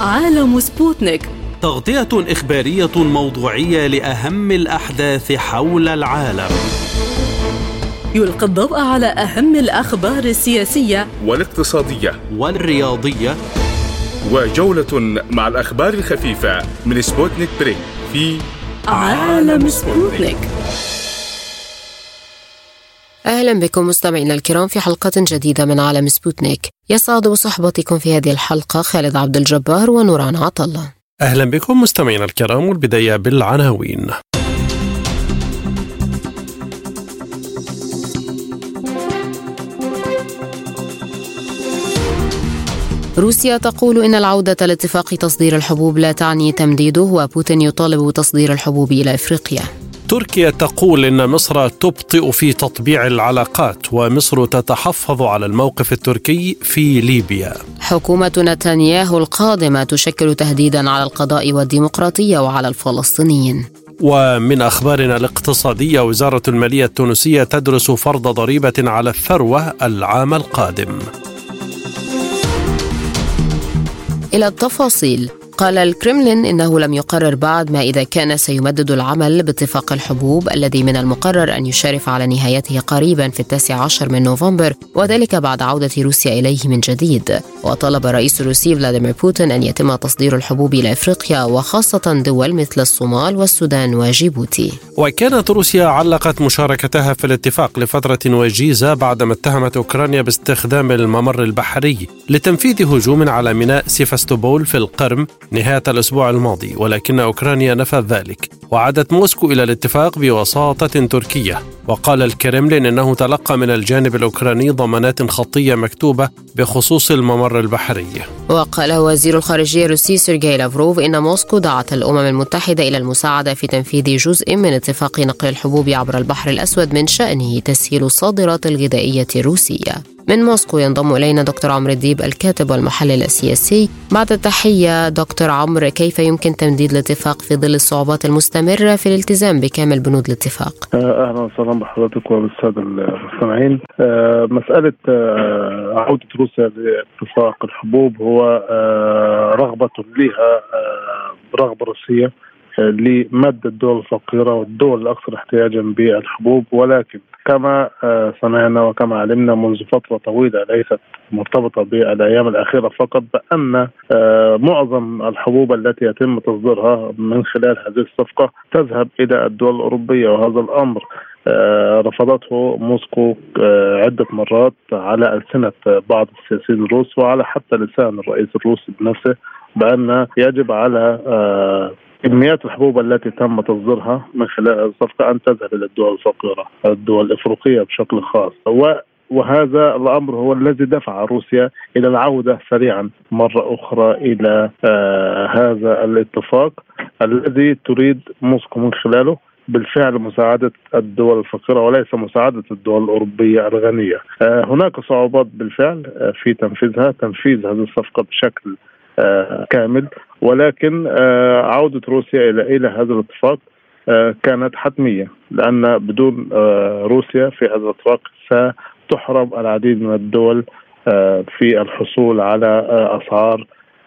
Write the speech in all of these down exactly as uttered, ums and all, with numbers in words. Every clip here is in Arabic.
عالم سبوتنيك، تغطية إخبارية موضوعية لأهم الأحداث حول العالم. يلقي الضوء على أهم الأخبار السياسية والاقتصادية والرياضية، وجولة مع الأخبار الخفيفة من سبوتنيك بريك في عالم سبوتنيك. أهلا بكم مستمعينا الكرام في حلقة جديدة من عالم سبوتنيك. يسعد بصحبتكم في هذه الحلقة خالد عبد الجبار ونوران عطلة. أهلا بكم مستمعينا الكرام، والبداية بالعناوين. روسيا تقول إن العودة لاتفاق تصدير الحبوب لا تعني تمديده، وبوتين يطالب بتصدير الحبوب إلى إفريقيا. تركيا تقول إن مصر تبطئ في تطبيع العلاقات، ومصر تتحفظ على الموقف التركي في ليبيا. حكومة نتنياهو القادمة تشكل تهديدا على القضاء والديمقراطية وعلى الفلسطينيين. ومن أخبارنا الاقتصادية، وزارة المالية التونسية تدرس فرض ضريبة على الثروة العام القادم. إلى التفاصيل. قال الكرملين إنه لم يقرر بعد ما إذا كان سيمدد العمل باتفاق الحبوب الذي من المقرر أن يشارف على نهايته قريبا في التاسع عشر من نوفمبر، وذلك بعد عودة روسيا إليه من جديد. وطلب الرئيس الروسي فلاديمير بوتين أن يتم تصدير الحبوب إلى إفريقيا، وخاصة دول مثل الصومال والسودان وجيبوتي. وكانت روسيا علقت مشاركتها في الاتفاق لفترة وجيزة بعدما اتهمت أوكرانيا باستخدام الممر البحري لتنفيذ هجوم على ميناء سيفاستوبول في القرم نهاية الأسبوع الماضي، ولكن أوكرانيا نفت ذلك، وعادت موسكو إلى الاتفاق بوساطة تركية. وقال الكرملين إنه تلقى من الجانب الأوكراني ضمانات خطية مكتوبة بخصوص الممر البحري. وقال وزير الخارجية الروسي سيرجي لافروف إن موسكو دعت الأمم المتحدة إلى المساعدة في تنفيذ جزء من اتفاق نقل الحبوب عبر البحر الأسود من شأنه تسهيل الصادرات الغذائية الروسية. من موسكو ينضم إلينا دكتور عمرو الديب، الكاتب والمحلل السياسي. بعد التحية دكتور عمرو، كيف يمكن تمديد الاتفاق في ظل الصعوبات المستمرة في الالتزام بكامل بنود الاتفاق؟ أهلا وسهلا بحضرتك وبالسادة المستمعين. مسألة عودة روسيا لاتفاق الحبوب هو رغبة لها رغبة روسية لمد الدول الفقيرة والدول الأكثر احتياجا بالحبوب، ولكن كما سمعنا وكما علمنا منذ فترة طويلة ليست مرتبطة بالأيام الأخيرة فقط، بأن معظم الحبوب التي يتم تصديرها من خلال هذه الصفقة تذهب إلى الدول الأوروبية، وهذا الأمر رفضته موسكو عدة مرات على ألسنة بعض السياسيين الروس وعلى حتى لسان الرئيس الروسي بنفسه، بأن يجب على كميات الحبوب التي تم تصديرها من خلال الصفقة أن تذهب إلى الدول الفقيرة، الدول الإفريقية بشكل خاص. وهذا الأمر هو الذي دفع روسيا إلى العودة سريعا مرة أخرى إلى آه هذا الاتفاق الذي تريد موسكو من خلاله بالفعل مساعدة الدول الفقيرة وليس مساعدة الدول الأوروبية الغنية. آه هناك صعوبات بالفعل آه في تنفيذها، تنفيذ هذه الصفقة بشكل آه كامل، ولكن آه عودة روسيا إلى إلى هذا الاتفاق آه كانت حتمية، لأن بدون آه روسيا في هذا الاتفاق ستحرم العديد من الدول آه في الحصول على آه أسعار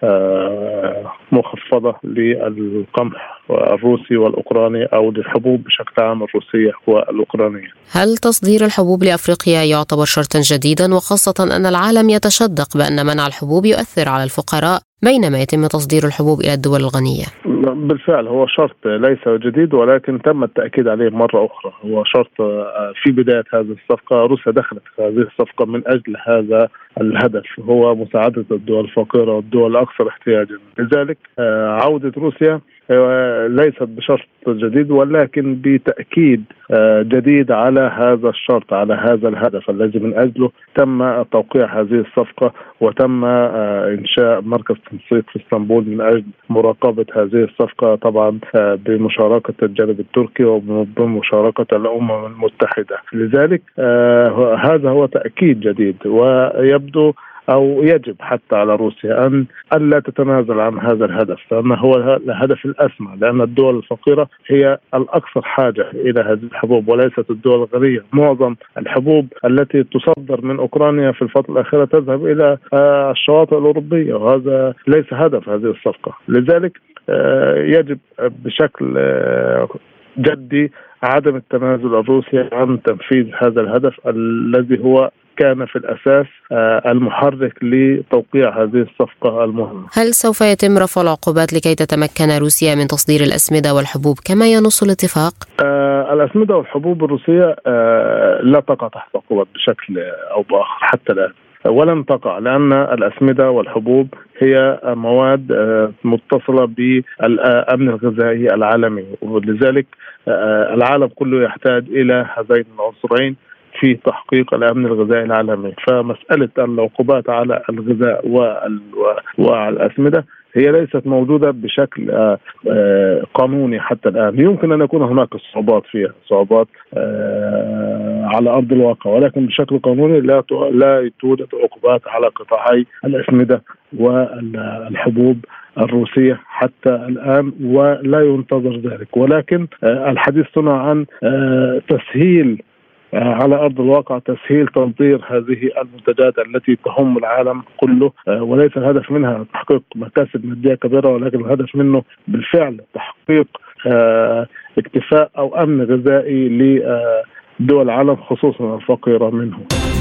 آه مخفضة للقمح الروسي والأوكراني أو للحبوب بشكل عام الروسية والأوكرانية. هل تصدير الحبوب لأفريقيا يعتبر شرطا جديدا، وخاصة أن العالم يتشدق بأن منع الحبوب يؤثر على الفقراء بينما يتم تصدير الحبوب إلى الدول الغنية؟ بالفعل هو شرط ليس جديد، ولكن تم التأكيد عليه مرة أخرى. هو شرط في بداية هذه الصفقة، روسيا دخلت في هذه الصفقة من أجل هذا الهدف، هو مساعدة الدول الفقيرة والدول الأكثر احتياجا. لذلك عودة روسيا ليست بشرط جديد، ولكن بتأكيد جديد على هذا الشرط، على هذا الهدف الذي من أجله تم توقيع هذه الصفقة وتم إنشاء مركز تنسيق في اسطنبول من أجل مراقبة هذه الصفقة، طبعا بمشاركة الجانب التركي وبمشاركة الأمم المتحدة. لذلك هذا هو تأكيد جديد، ويبدو أو يجب حتى على روسيا أن ألا تتنازل عن هذا الهدف، لأنه هو الهدف الأسمى، لأن الدول الفقيرة هي الأكثر حاجة إلى هذه الحبوب وليست الدول الغنية. معظم الحبوب التي تصدر من أوكرانيا في الفترة الأخيرة تذهب إلى الشواطئ الأوروبية، وهذا ليس هدف هذه الصفقة. لذلك يجب بشكل جدي عدم التنازل الروسي عن تنفيذ هذا الهدف الذي هو كان في الأساس المحرك لتوقيع هذه الصفقة المهمة. هل سوف يتم رفع العقوبات لكي تتمكن روسيا من تصدير الأسمدة والحبوب كما ينص الاتفاق؟ آه الأسمدة والحبوب الروسية آه لا تقع تحت عقوبات بشكل أو بآخر حتى الآن، ولن تقع، لأن الأسمدة والحبوب هي مواد متصلة بالأمن الغذائي العالمي، ولذلك العالم كله يحتاج إلى هذين العنصرين في تحقيق الأمن الغذائي العالمي. فمسألة العقوبات على الغذاء والأسمدة هي ليست موجودة بشكل قانوني حتى الآن. يمكن أن يكون هناك صعوبات فيها، صعوبات على أرض الواقع، ولكن بشكل قانوني لا لا توجد عقوبات على قطاعي الأسمدة والحبوب الروسية حتى الآن، ولا ينتظر ذلك. ولكن الحديث هنا عن تسهيل على أرض الواقع، تسهيل تصدير هذه المنتجات التي تهم العالم كله، وليس الهدف منها تحقيق مكاسب مادية كبيرة، ولكن الهدف منه بالفعل تحقيق اكتفاء أو أمن غذائي لدول العالم خصوصا الفقيرة منه.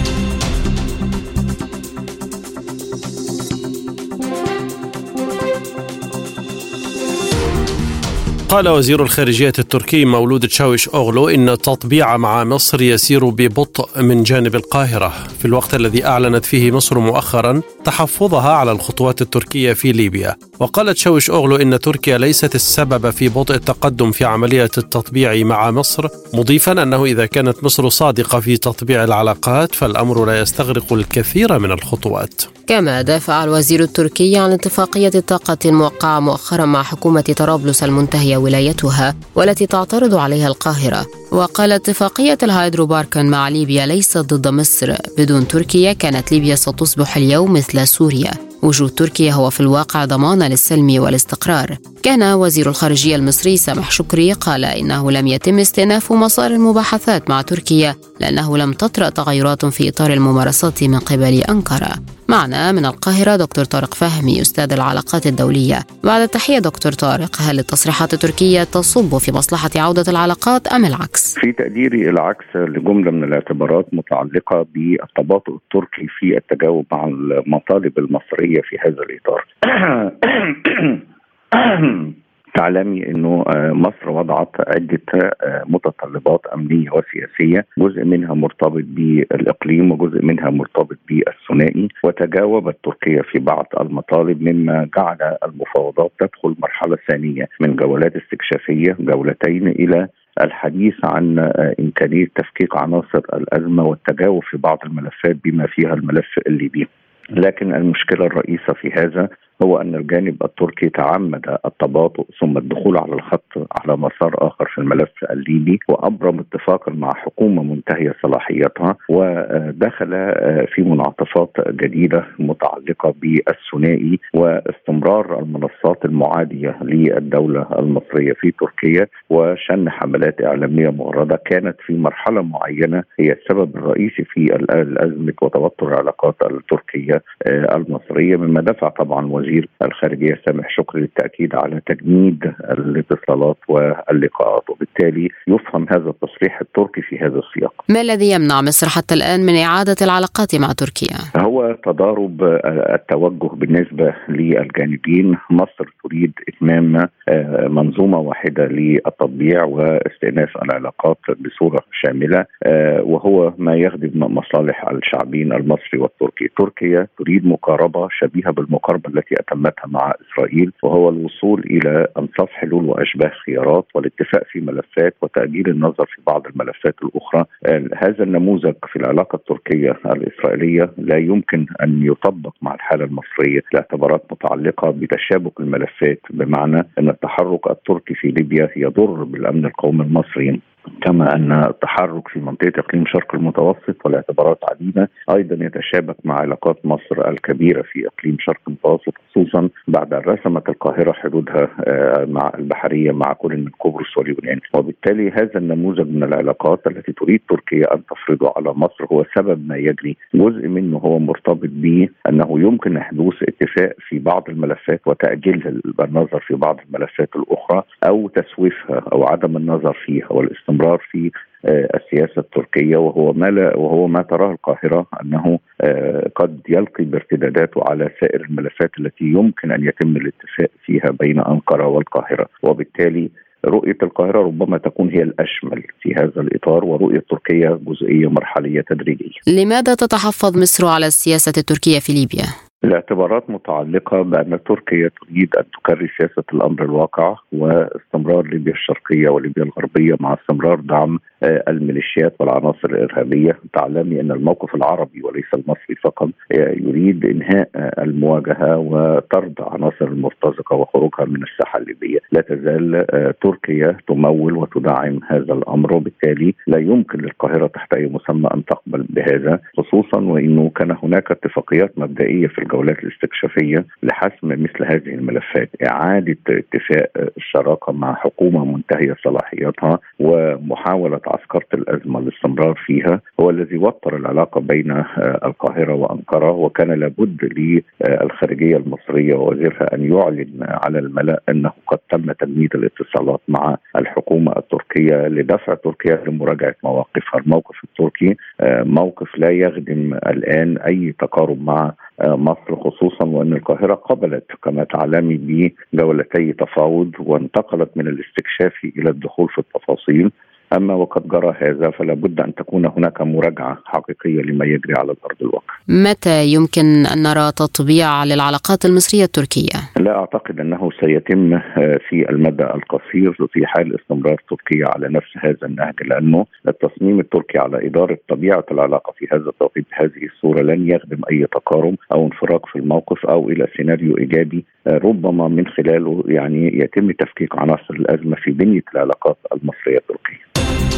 قال وزير الخارجية التركي مولود تشاوش أوغلو إن التطبيع مع مصر يسير ببطء من جانب القاهرة، في الوقت الذي أعلنت فيه مصر مؤخرا تحفظها على الخطوات التركية في ليبيا. وقال تشاوش أوغلو إن تركيا ليست السبب في بطء التقدم في عملية التطبيع مع مصر، مضيفا أنه إذا كانت مصر صادقة في تطبيع العلاقات فالأمر لا يستغرق الكثير من الخطوات. كما دافع الوزير التركي عن اتفاقية الطاقة الموقعة مؤخرا مع حكومة طرابلس المنتهية ولايتها والتي تعترض عليها القاهرة. وقال اتفاقية الهيدروباركن مع ليبيا ليست ضد مصر، بدون تركيا كانت ليبيا ستصبح اليوم مثل سوريا. وجود تركيا هو في الواقع ضمان للسلم والاستقرار. كان وزير الخارجية المصري سامح شكري قال إنه لم يتم استئناف مسار المباحثات مع تركيا لأنه لم تطرأ تغيرات في إطار الممارسات من قبل أنقرة. معنا من القاهرة دكتور طارق فهمي أستاذ العلاقات الدولية. بعد التحية دكتور طارق، هل التصريحات التركية تصب في مصلحة عودة العلاقات أم العكس؟ في تقديري العكس لجملة من الاعتبارات متعلقة بالتباطؤ التركي في التجاوب مع المطالب المصرية في هذا الإطار. تعلمي أنه مصر وضعت عدة متطلبات أمنية وسياسية، جزء منها مرتبط بالإقليم وجزء منها مرتبط بالثنائي، وتجاوبت تركيا في بعض المطالب مما جعل المفاوضات تدخل مرحلة ثانية من جولات استكشافية، جولتين، إلى الحديث عن إمكانية تفكيك عناصر الأزمة والتجاوب في بعض الملفات بما فيها الملف الليبي. لكن المشكلة الرئيسة في هذا هو أن الجانب التركي تعمد التباطؤ ثم الدخول على الخط على مسار آخر في الملف الليبي، وأبرم اتفاقا مع حكومة منتهية صلاحيتها، ودخل في منعطفات جديدة متعلقة بالثنائي واستمرار المنصات المعادية للدولة المصرية في تركيا، وشن حملات إعلامية مغردة كانت في مرحلة معينة هي السبب الرئيسي في الأزمة وتوتر العلاقات التركية المصرية، مما دفع طبعا وزير الخارجية سامح شكري للتأكيد على تجميد الاتصالات واللقاءات، وبالتالي يفهم هذا التصريح التركي في هذا السياق. ما الذي يمنع مصر حتى الآن من إعادة العلاقات مع تركيا؟ هو تضارب التوجه بالنسبة للجانبين. مصر تريد إتمام منظومة واحدة للتطبيع واستئناف العلاقات بصورة شاملة، وهو ما يخدم مصالح الشعبين المصري والتركي. تركيا تريد مقاربة شبيهة بالمقاربة التي أتمتها مع إسرائيل، وهو الوصول إلى أنصاف حلول وأشباه خيارات والاتفاق في ملفات وتأجيل النظر في بعض الملفات الأخرى. هذا النموذج في العلاقة التركية الإسرائيلية لا يمكن أن يطبق مع الحالة المصرية لاعتبارات متعلقة بتشابك الملفات، بمعنى أن التحرك التركي في ليبيا يضر بالأمن القومي المصري كما أن التحرك في منطقة إقليم شرق المتوسط والاعتبارات عديدة أيضا يتشابك مع علاقات مصر الكبيرة في إقليم شرق المتوسط، خصوصا بعد أن رسمت القاهرة حدودها مع البحرية مع كل من قبرص واليونان. وبالتالي هذا النموذج من العلاقات التي تريد تركيا أن تفرضه على مصر هو سبب ما يجري. جزء منه هو مرتبط بأنه يمكن حدوث اتفاق في بعض الملفات وتأجيل النظر في بعض الملفات الأخرى، أو تسويفها أو عدم النظر فيها والاستمرار في السياسة التركية، وهو ما لا وهو ما تراه القاهرة أنه قد يلقي بارتداداته على سائر الملفات التي يمكن أن يتم الاتفاق فيها بين أنقرة والقاهرة. وبالتالي رؤية القاهرة ربما تكون هي الأشمل في هذا الإطار، ورؤية تركيا جزئية مرحلية تدريجية. لماذا تتحفظ مصر على السياسة التركية في ليبيا؟ الاعتبارات متعلقة بأن تركيا تريد أن تكرر سياسة الأمر الواقع واستمرار ليبيا الشرقية وليبيا الغربية مع استمرار دعم الميليشيات والعناصر الإرهابية. تعلمي أن الموقف العربي وليس المصري فقط يريد إنهاء المواجهة وطرد عناصر المرتزقة وخروجها من الساحة الليبية. لا تزال تركيا تمول وتدعم هذا الأمر، وبالتالي لا يمكن للقاهرة تحت أي مسمى أن تقبل بهذا، خصوصا وأنه كان هناك اتفاقيات مبدئية في الجولات الاستكشافية لحسم مثل هذه الملفات. إعادة اتفاق الشراكة مع حكومة منتهية صلاحياتها ومحاولة عسكرة الأزمة الاستمرار فيها هو الذي وتر العلاقة بين القاهرة وأنقرة، وكان لابد للخارجية المصرية ووزيرها أن يعلن على الملأ أنه قد تم تجميد الاتصالات مع الحكومة التركية لدفع تركيا لمراجعة مواقفها. الموقف التركي موقف لا يخدم الآن أي تقارب مع مصر، خصوصا وأن القاهرة قبلت كما تعلمي بجولتي تفاوض وانتقلت من الاستكشاف إلى الدخول في التفاصيل. أما وقد جرى هذا فلا بد أن تكون هناك مراجعة حقيقية لما يجري على الأرض الواقع. متى يمكن أن نرى تطبيع للعلاقات المصرية التركية؟ لا أعتقد أنه سيتم في المدى القصير في حال استمرار تركيا على نفس هذا النهج، لأنه التصميم التركي على إدارة طبيعة العلاقة في هذا التوقيت بهذه الصورة لن يخدم أي تقارب أو انفراج في الموقف أو إلى سيناريو إيجابي ربما من خلاله يعني يتم تفكيك عناصر الأزمة في بنية العلاقات المصرية التركية.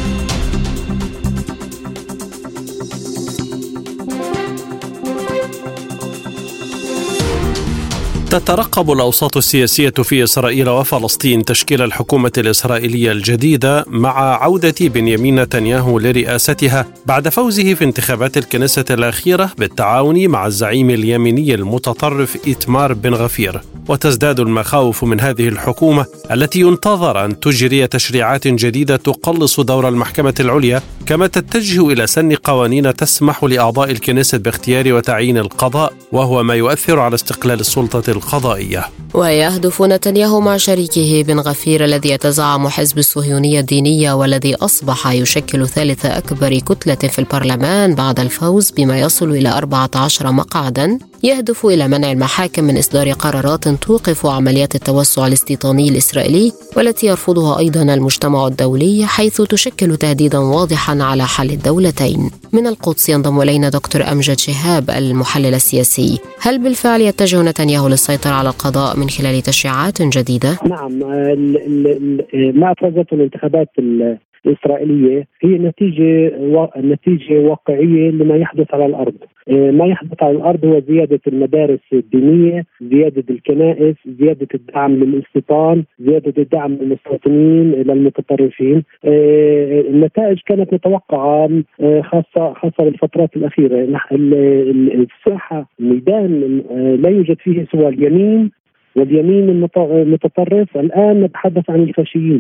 تترقب الأوساط السياسية في إسرائيل وفلسطين تشكيل الحكومة الإسرائيلية الجديدة مع عودة بنيامين نتنياهو لرئاستها بعد فوزه في انتخابات الكنيسة الأخيرة بالتعاون مع الزعيم اليميني المتطرف إيتمار بن غفير. وتزداد المخاوف من هذه الحكومة التي ينتظر أن تجري تشريعات جديدة تقلص دور المحكمة العليا، كما تتجه إلى سن قوانين تسمح لأعضاء الكنيسة باختيار وتعيين القضاء، وهو ما يؤثر على استقلال السلطة القضائية. ويهدف نتنياهو مع شريكه بن غفير الذي يتزعم حزب الصهيونية الدينية والذي أصبح يشكل ثالث أكبر كتلة في البرلمان بعد الفوز بما يصل إلى أربعة عشر مقعدا، يهدف إلى منع المحاكم من إصدار قرارات توقف عمليات التوسع الاستيطاني الإسرائيلي والتي يرفضها أيضا المجتمع الدولي، حيث تشكل تهديدا واضحا على حل الدولتين. من القدس ينضم إلينا دكتور أمجد شهاب المحلل السياسي. هل بالفعل يتجه نتنياهو للسيطرة على القضاء من خلال تشريعات جديدة؟ نعم، ما أفرزته الانتخابات الإسرائيلية هي نتيجة نتيجة واقعية لما يحدث على الأرض. ما يحدث على الأرض هو زيادة المدارس الدينية، زيادة الكنائس، زيادة الدعم للاستيطان، زيادة الدعم للمستوطنين للمتطرفين. النتائج كانت متوقعة خاصة خاصة بالفترات الأخيرة. الساحة ميدان لا يوجد فيه سوى اليمين واليمين المتطرف. الآن نتحدث عن الفاشيين.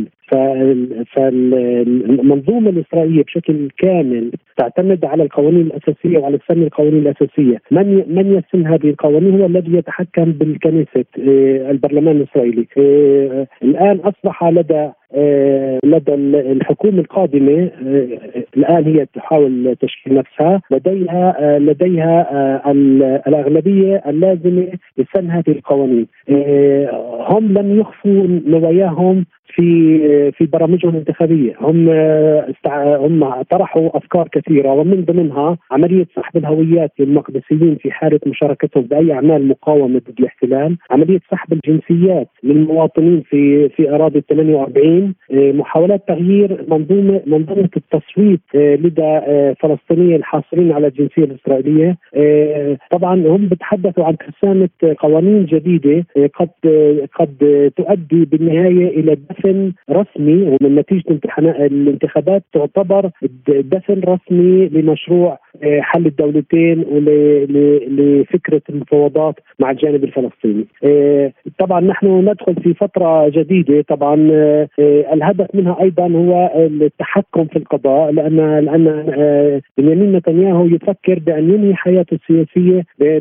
فالمنظومة الإسرائيلية بشكل كامل تعتمد على القوانين الأساسية وعلى سن القوانين الأساسية. من من يسن هذه القوانين هو الذي يتحكم بالكنيسة البرلمان الإسرائيلي. الآن أصبح لدى لدى الحكومة القادمة، الآن هي تحاول تشكيل نفسها، لديها لديها الأغلبية اللازمة لسن هذه القوانين. هم لم يخفوا نواياهم في في برامجهم الانتخابية. هم هم طرحوا أفكار كثيرة، ومن ضمنها عملية سحب الهويات للمقدسيين في حالة مشاركتهم بأي أعمال مقاومة ضد الاحتلال، عملية سحب الجنسيات للمواطنين في في أراضي ثمانية وأربعين، محاولات تغيير منظومة منظومة التصويت لدى فلسطينيين الحاصلين على الجنسية الإسرائيلية. طبعا هم بتحدثوا عن ترسانة قوانين جديدة قد قد تؤدي بالنهاية إلى دفن رسمي، ومن نتيجة الانتخابات تعتبر دفن رسمي لمشروع حل الدولتين ولفكرة المفاوضات مع الجانب الفلسطيني. طبعا نحن ندخل في فترة جديدة، طبعا الهدف منها أيضا هو التحكم في القضاء، لأن لأن بنيامين نتنياهو يفكر بأن ينهي حياته السياسية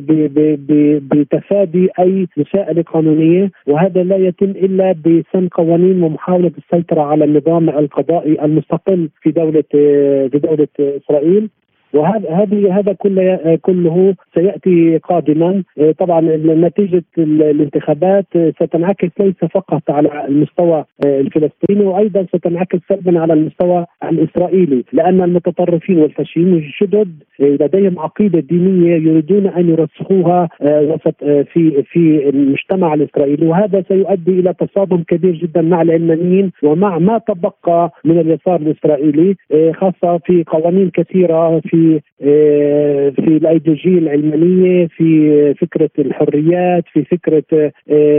بتفادي أي مساءلة قانونية، وهذا لا يتم إلا بسن قوانين ومحاولة السيطرة على النظام القضائي المستقل في دولة في دولة إسرائيل. وهذا هذه هذا كله كله سياتي قادما. طبعا نتيجه الانتخابات ستنعكس ليس فقط على المستوى الفلسطيني، وايضا ستنعكس سلبا على المستوى الاسرائيلي، لان المتطرفين والفاشيين الجدد لديهم عقيده دينيه يريدون ان يرسخوها وسط في في المجتمع الاسرائيلي، وهذا سيؤدي الى تصادم كبير جدا مع العلمانيين ومع ما تبقى من اليسار الاسرائيلي، خاصه في قوانين كثيره في في في الايديولوجيه العلمانيه، في فكره الحريات، في فكره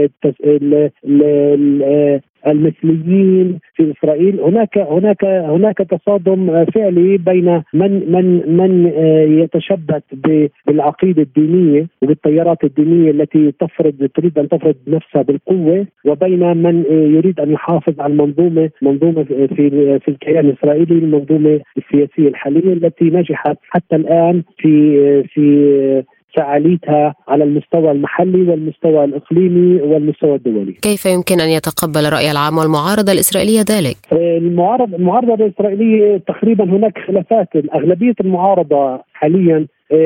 المثليين في اسرائيل. هناك هناك هناك تصادم فعلي بين من من من يتشبث بالعقيده الدينيه وبالتيارات الدينيه التي تفرض تريد ان تفرض نفسها بالقوه، وبين من يريد ان يحافظ على المنظومه منظومه في في الكيان الاسرائيلي، المنظومه السياسيه الحاليه التي نجحت حتى الان في في فعاليتها على المستوى المحلي والمستوى الإقليمي والمستوى الدولي. كيف يمكن أن يتقبل الرأي العام والمعارضة الإسرائيلية ذلك؟ المعارضة المعارضة الإسرائيلية تقريبا هناك خلافات. أغلبية المعارضة حاليا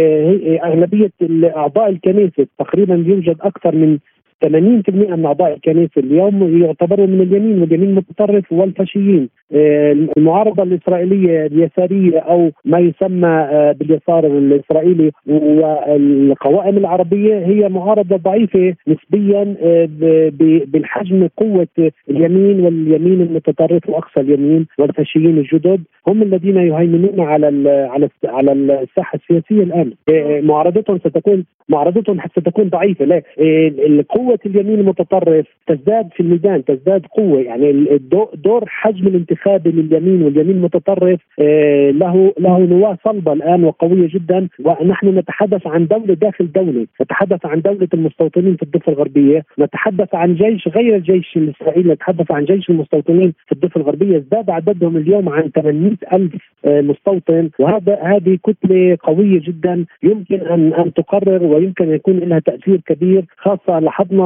أغلبية أعضاء الكنيسة، تقريبا يوجد أكثر من ثمانين بالمئة من أعضاء الكنيسة اليوم يعتبروا من اليمين واليمين المتطرف والفاشيين. المعارضة الإسرائيلية اليسارية أو ما يسمى باليسار الإسرائيلي والقوائم العربية هي معارضة ضعيفة نسبيا بالحجم قوة اليمين واليمين المتطرف وأقصى اليمين والفاشيين الجدد هم الذين يهيمنون على على على الساحة السياسية الآن. معارضتهم ستكون معارضتهم ستكون ضعيفة. لا، القوة اليمين المتطرف تزداد في الميدان، تزداد قوة. يعني دور حجم الانتخابي لليمين واليمين المتطرف له له نواة صلبة الآن وقوية جدا. ونحن نتحدث عن دولة داخل دولة، نتحدث عن دولة المستوطنين في الضفة الغربية، نتحدث عن جيش غير الجيش الإسرائيلي، نتحدث عن جيش المستوطنين في الضفة الغربية ازداد عددهم اليوم عن ثمانمئة ألف مستوطن، وهذا هذه كتلة قوية جدا يمكن أن أن تقرر ويمكن أن يكون لها تأثير كبير. خاصة لاحظنا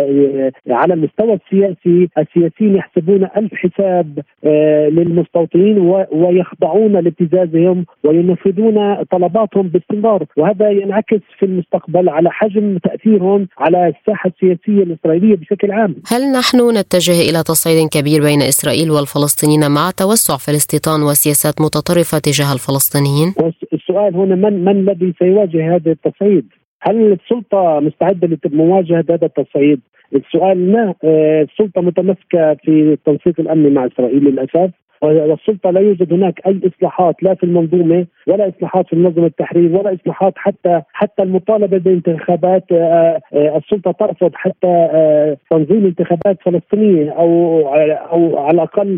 على المستوى السياسي السياسيين يحسبون ألف حساب للمستوطنين ويخضعون لابتزازهم وينفذون طلباتهم باستمرار، وهذا ينعكس في المستقبل على حجم تأثيرهم على الساحة السياسية الإسرائيلية بشكل عام. هل نحن نتجه إلى تصعيد كبير بين إسرائيل والفلسطينيين مع توسع في الاستيطان وسياسات متطرفة تجاه الفلسطينيين؟ السؤال هنا من من الذي سيواجه هذا التصعيد؟ هل السلطة مستعدة لمواجهة هذا التصعيد؟ السؤال لا. السلطة متمسكة في التنسيق الأمني مع إسرائيل للأسف، والسلطة لا يوجد هناك أي إصلاحات لا في المنظومة ولا إصلاحات في منظمة التحرير ولا إصلاحات حتى حتى المطالبة بانتخابات. السلطة ترفض حتى تنظيم انتخابات فلسطينية أو أو على الأقل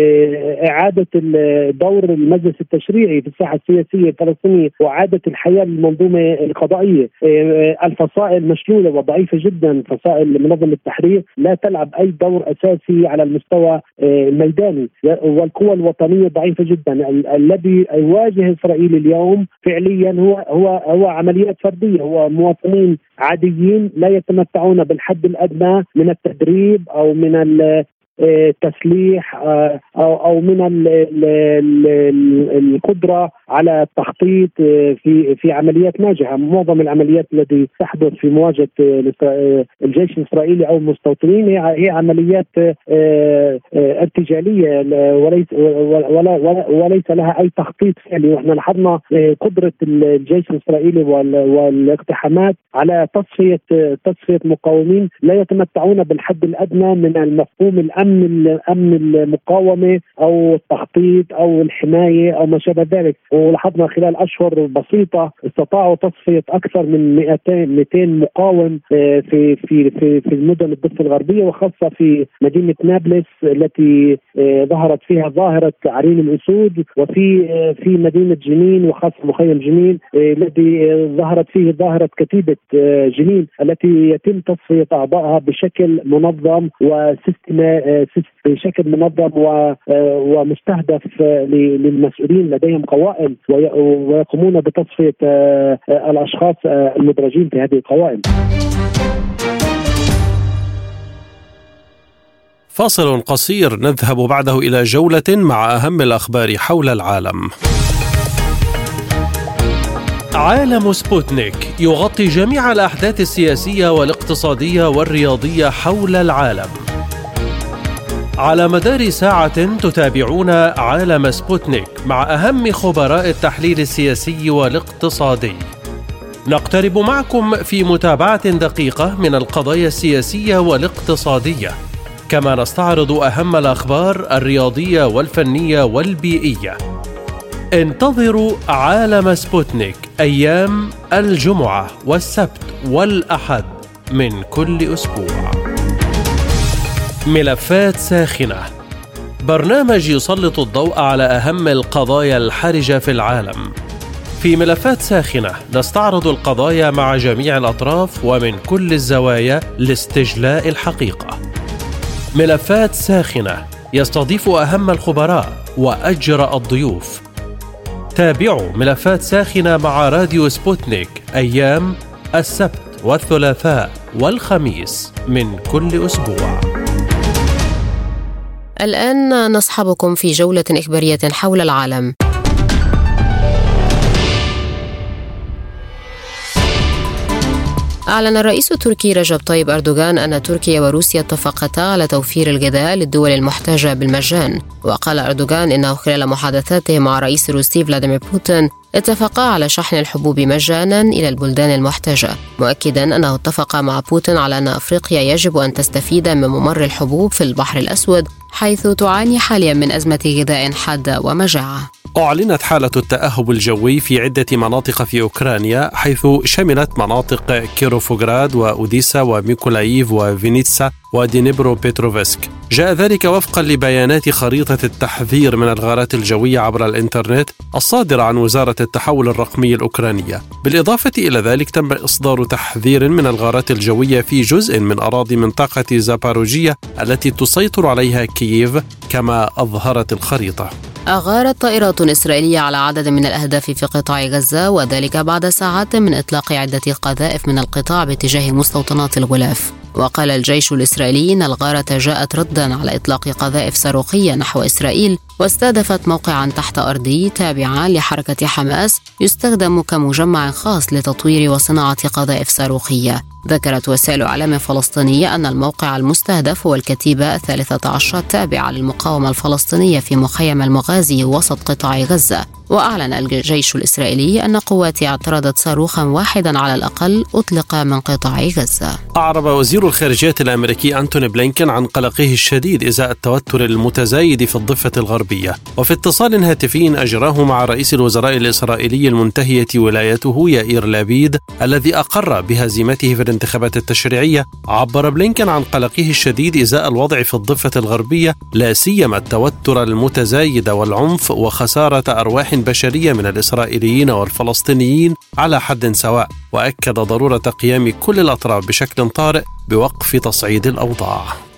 إعادة دور المجلس التشريعي في الساحة السياسية الفلسطينية وإعادة الحياة للمنظومة القضائية. الفصائل مشلولة وضعيفة جدا. فصائل منظمة التحرير لا تلعب أي دور أساسي على المستوى الميداني، والقوى الوطنية ضعيفة جدا. الذي يواجه إسرائيل اليوم فعليا هو هو هو عمليات فردية، هو مواطنين عاديين لا يتمتعون بالحد الأدنى من التدريب أو من تسليح أو أو من القدرة على التخطيط في في عمليات ناجحة. معظم العمليات التي تحدث في مواجهة الجيش الإسرائيلي أو المستوطنين هي عمليات ارتجالية وليس ولا وليس لها أي تخطيط فعلي. وإحنا لاحظنا قدرة الجيش الإسرائيلي والاقتحامات على تصفية تصفية مقاومين لا يتمتعون بالحد الأدنى من المفهوم الأمن الأمن المقاومة أو التخطيط أو الحماية أو ما شابه ذلك. ولاحظنا خلال أشهر بسيطة استطاعوا تصفية أكثر من مئتين مقاوم في في في في المدن الضفة الغربية، وخاصة في مدينة نابلس التي ظهرت فيها ظاهرة عرين الأسود، وفي في مدينة جنين وخاصة مخيم جنين الذي ظهرت فيه ظاهرة كتيبة جنين التي يتم تصفية أعضائها بشكل منظم بشكل منظم ومستهدف للمسؤولين لديهم قوائم ويقومون بتصفية الأشخاص المدرجين في هذه القوائم. فاصل قصير نذهب بعده إلى جولة مع أهم الأخبار حول العالم. عالم سبوتنيك يغطي جميع الأحداث السياسية والاقتصادية والرياضية حول العالم. على مدار ساعة تتابعون عالم سبوتنيك مع أهم خبراء التحليل السياسي والاقتصادي. نقترب معكم في متابعة دقيقة من القضايا السياسية والاقتصادية، كما نستعرض أهم الأخبار الرياضية والفنية والبيئية. انتظروا عالم سبوتنيك أيام الجمعة والسبت والأحد من كل أسبوع. ملفات ساخنة، برنامج يسلط الضوء على أهم القضايا الحرجة في العالم. في ملفات ساخنة نستعرض القضايا مع جميع الأطراف ومن كل الزوايا لاستجلاء الحقيقة. ملفات ساخنة يستضيف أهم الخبراء وأجرأ الضيوف. تابعوا ملفات ساخنة مع راديو سبوتنيك أيام السبت والثلاثاء والخميس من كل أسبوع. الآن نصحبكم في جولة إخبارية حول العالم. أعلن الرئيس التركي رجب طيب أردوغان أن تركيا وروسيا اتفقتا على توفير الغذاء للدول المحتاجة بالمجان. وقال أردوغان إنه خلال محادثاته مع رئيس روسي فلاديمير بوتين اتفقا على شحن الحبوب مجانا إلى البلدان المحتاجة، مؤكدا أنه اتفق مع بوتين على أن أفريقيا يجب أن تستفيد من ممر الحبوب في البحر الأسود، حيث تعاني حاليا من أزمة غذاء حادة ومجاعة. أعلنت حالة التأهب الجوي في عدة مناطق في أوكرانيا، حيث شملت مناطق كيروفوغراد وأوديسا وميكولايف وفينيتسا ودينيبرو بيتروفسك. جاء ذلك وفقا لبيانات خريطة التحذير من الغارات الجوية عبر الإنترنت الصادرة عن وزارة التحول الرقمي الأوكرانية. بالإضافة إلى ذلك تم إصدار تحذير من الغارات الجوية في جزء من أراضي منطقة زاباروجية التي تسيطر عليها كييف، كما أظهرت الخريطة. أغارت طائرات إسرائيلية على عدد من الأهداف في قطاع غزة، وذلك بعد ساعات من إطلاق عدة قذائف من القطاع باتجاه مستوطنات الغلاف. وقال الجيش الإسرائيلي إن الغارة جاءت ردا على إطلاق قذائف صاروخية نحو إسرائيل، واستهدفت موقعا تحت أرضي تابعا لحركة حماس يستخدم كمجمع خاص لتطوير وصناعة قذائف صاروخية. ذكرت وسائل إعلام فلسطينية أن الموقع المستهدف هو الكتيبة الثالثة عشر التابعة للمقاومة الفلسطينية في مخيم المغازي وسط قطاع غزة. وأعلن الجيش الإسرائيلي أن قواته اعترضت صاروخا واحدا على الأقل أطلق من قطاع غزة. أعرب وزير الخارجية الأمريكي أنتوني بلينكن عن قلقه الشديد إزاء التوتر المتزايد في الضفة الغربية، وفي اتصال هاتفي أجراه مع رئيس الوزراء الإسرائيلي المنتهية ولايته يائير لابيد الذي أقر بهزيمته في الانتخابات التشريعية، عبر بلينكن عن قلقه الشديد إزاء الوضع في الضفة الغربية، لا سيما التوتر المتزايد والعنف وخسارة أرواح بشرية من الإسرائيليين والفلسطينيين على حد سواء. وأكد ضرورة قيام كل الأطراف بشكل طارئ بوقف تصعيد الأوضاع.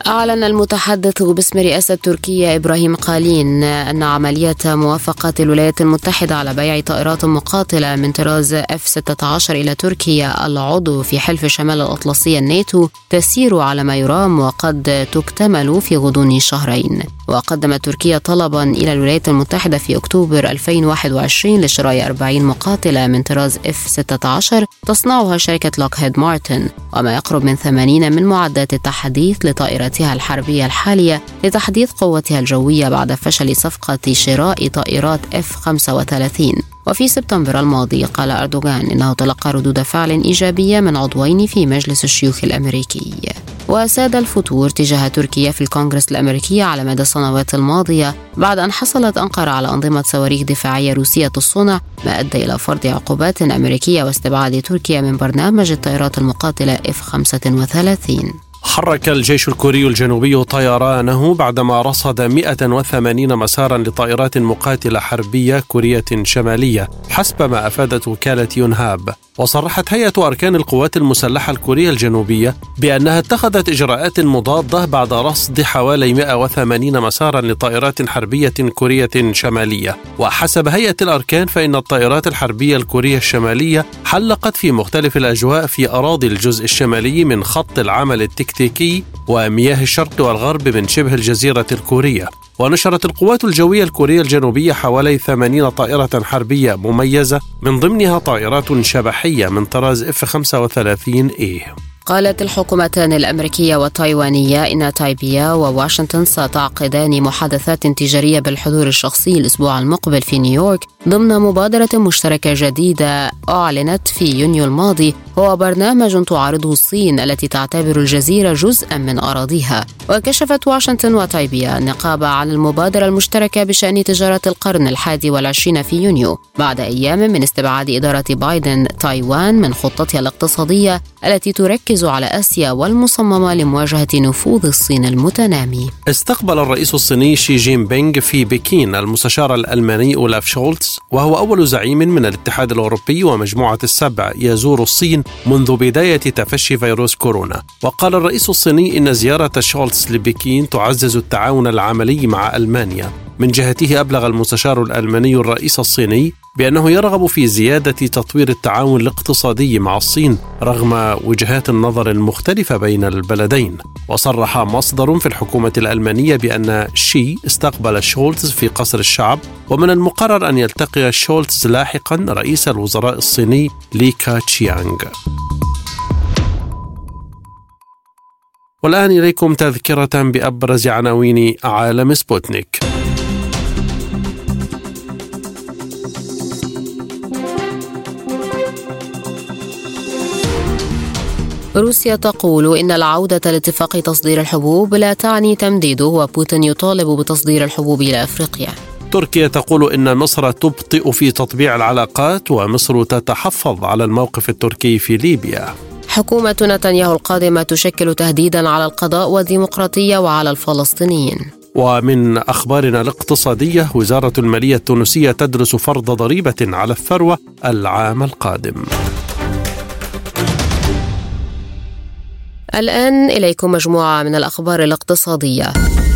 أعلن المتحدث باسم رئاسة تركيا إبراهيم قالين أن عملية موافقة الولايات المتحدة على بيع طائرات مقاتلة من طراز إف ستة عشر إلى تركيا العضو في حلف شمال الأطلسي الناتو تسير على ما يرام وقد تكتمل في غضون شهرين. وقدمت تركيا طلبا إلى الولايات المتحدة في أكتوبر ألفين وواحد وعشرين لشراء أربعين مقاتلة من طراز إف ستة عشر تصنعها شركة لوكهيد مارتن، وما يقرب من ثمانين من معدات التحديث لطائراتها الحربية الحالية لتحديث قوتها الجوية بعد فشل صفقة شراء طائرات إف خمسة وثلاثين. وفي سبتمبر الماضي قال أردوغان إنه تلقى ردود فعل إيجابية من عضوين في مجلس الشيوخ الأمريكي. وساد الفتور تجاه تركيا في الكونغرس الأمريكي على مدى السنوات الماضية بعد أن حصلت أنقرة على أنظمة صواريخ دفاعية روسية الصنع، ما أدى إلى فرض عقوبات أمريكية واستبعاد تركيا من برنامج الطائرات المقاتلة إف خمسة وثلاثين. حرك الجيش الكوري الجنوبي طيرانه بعدما رصد مئة وثمانين مسارا لطائرات مقاتلة حربية كورية شمالية حسب ما أفادت وكالة يونهاب. وصرحت هيئة أركان القوات المسلحة الكورية الجنوبية بأنها اتخذت إجراءات مضادة بعد رصد حوالي مئة وثمانين مسارا لطائرات حربية كورية شمالية. وحسب هيئة الأركان فإن الطائرات الحربية الكورية الشمالية حلقت في مختلف الأجواء في أراضي الجزء الشمالي من خط العمل التكتيكي ومياه الشرق والغرب من شبه الجزيرة الكورية. ونشرت القوات الجوية الكورية الجنوبية حوالي ثمانين طائرة حربية مميزة، من ضمنها طائرات شبحية من طراز إف خمسة وثلاثين إيه. قالت الحكومتان الأمريكية والتايوانية إن تايبيا وواشنطن ستعقدان محادثات تجارية بالحضور الشخصي الأسبوع المقبل في نيويورك ضمن مبادرة مشتركة جديدة أعلنت في يونيو الماضي، هو برنامج تعارضه الصين التي تعتبر الجزيرة جزءا من أراضيها. وكشفت واشنطن وتايبيا النقابة عن المبادرة المشتركة بشأن تجارة القرن الحادي والعشرين في يونيو بعد أيام من استبعاد إدارة بايدن تايوان من خطتها الاقتصادية التي تركز على آسيا والمصممة لمواجهة نفوذ الصين المتنامي. استقبل الرئيس الصيني شي جين بينغ في بكين المستشار الألماني أولاف شولتز، وهو أول زعيم من الاتحاد الأوروبي ومجموعة السبع يزور الصين منذ بداية تفشي فيروس كورونا. وقال الرئيس الصيني إن زيارة شولتز لبكين تعزز التعاون العملي مع ألمانيا. من جهته أبلغ المستشار الألماني الرئيس الصيني بأنه يرغب في زيادة تطوير التعاون الاقتصادي مع الصين رغم وجهات النظر المختلفة بين البلدين. وصرح مصدر في الحكومة الألمانية بأن شي استقبل شولتز في قصر الشعب، ومن المقرر أن يلتقي شولتز لاحقا رئيس الوزراء الصيني لي كاتشيانغ. والآن إليكم تذكرة بأبرز عناوين عالم سبوتنيك. روسيا تقول إن العودة لاتفاق تصدير الحبوب لا تعني تمديده، وبوتين يطالب بتصدير الحبوب إلى أفريقيا. تركيا تقول إن مصر تبطئ في تطبيع العلاقات، ومصر تتحفظ على الموقف التركي في ليبيا. حكومة نتنياهو القادمة تشكل تهديدا على القضاء والديمقراطية وعلى الفلسطينيين. ومن أخبارنا الاقتصادية، وزارة المالية التونسية تدرس فرض ضريبة على الثروة العام القادم. الآن إليكم مجموعة من الأخبار الاقتصادية.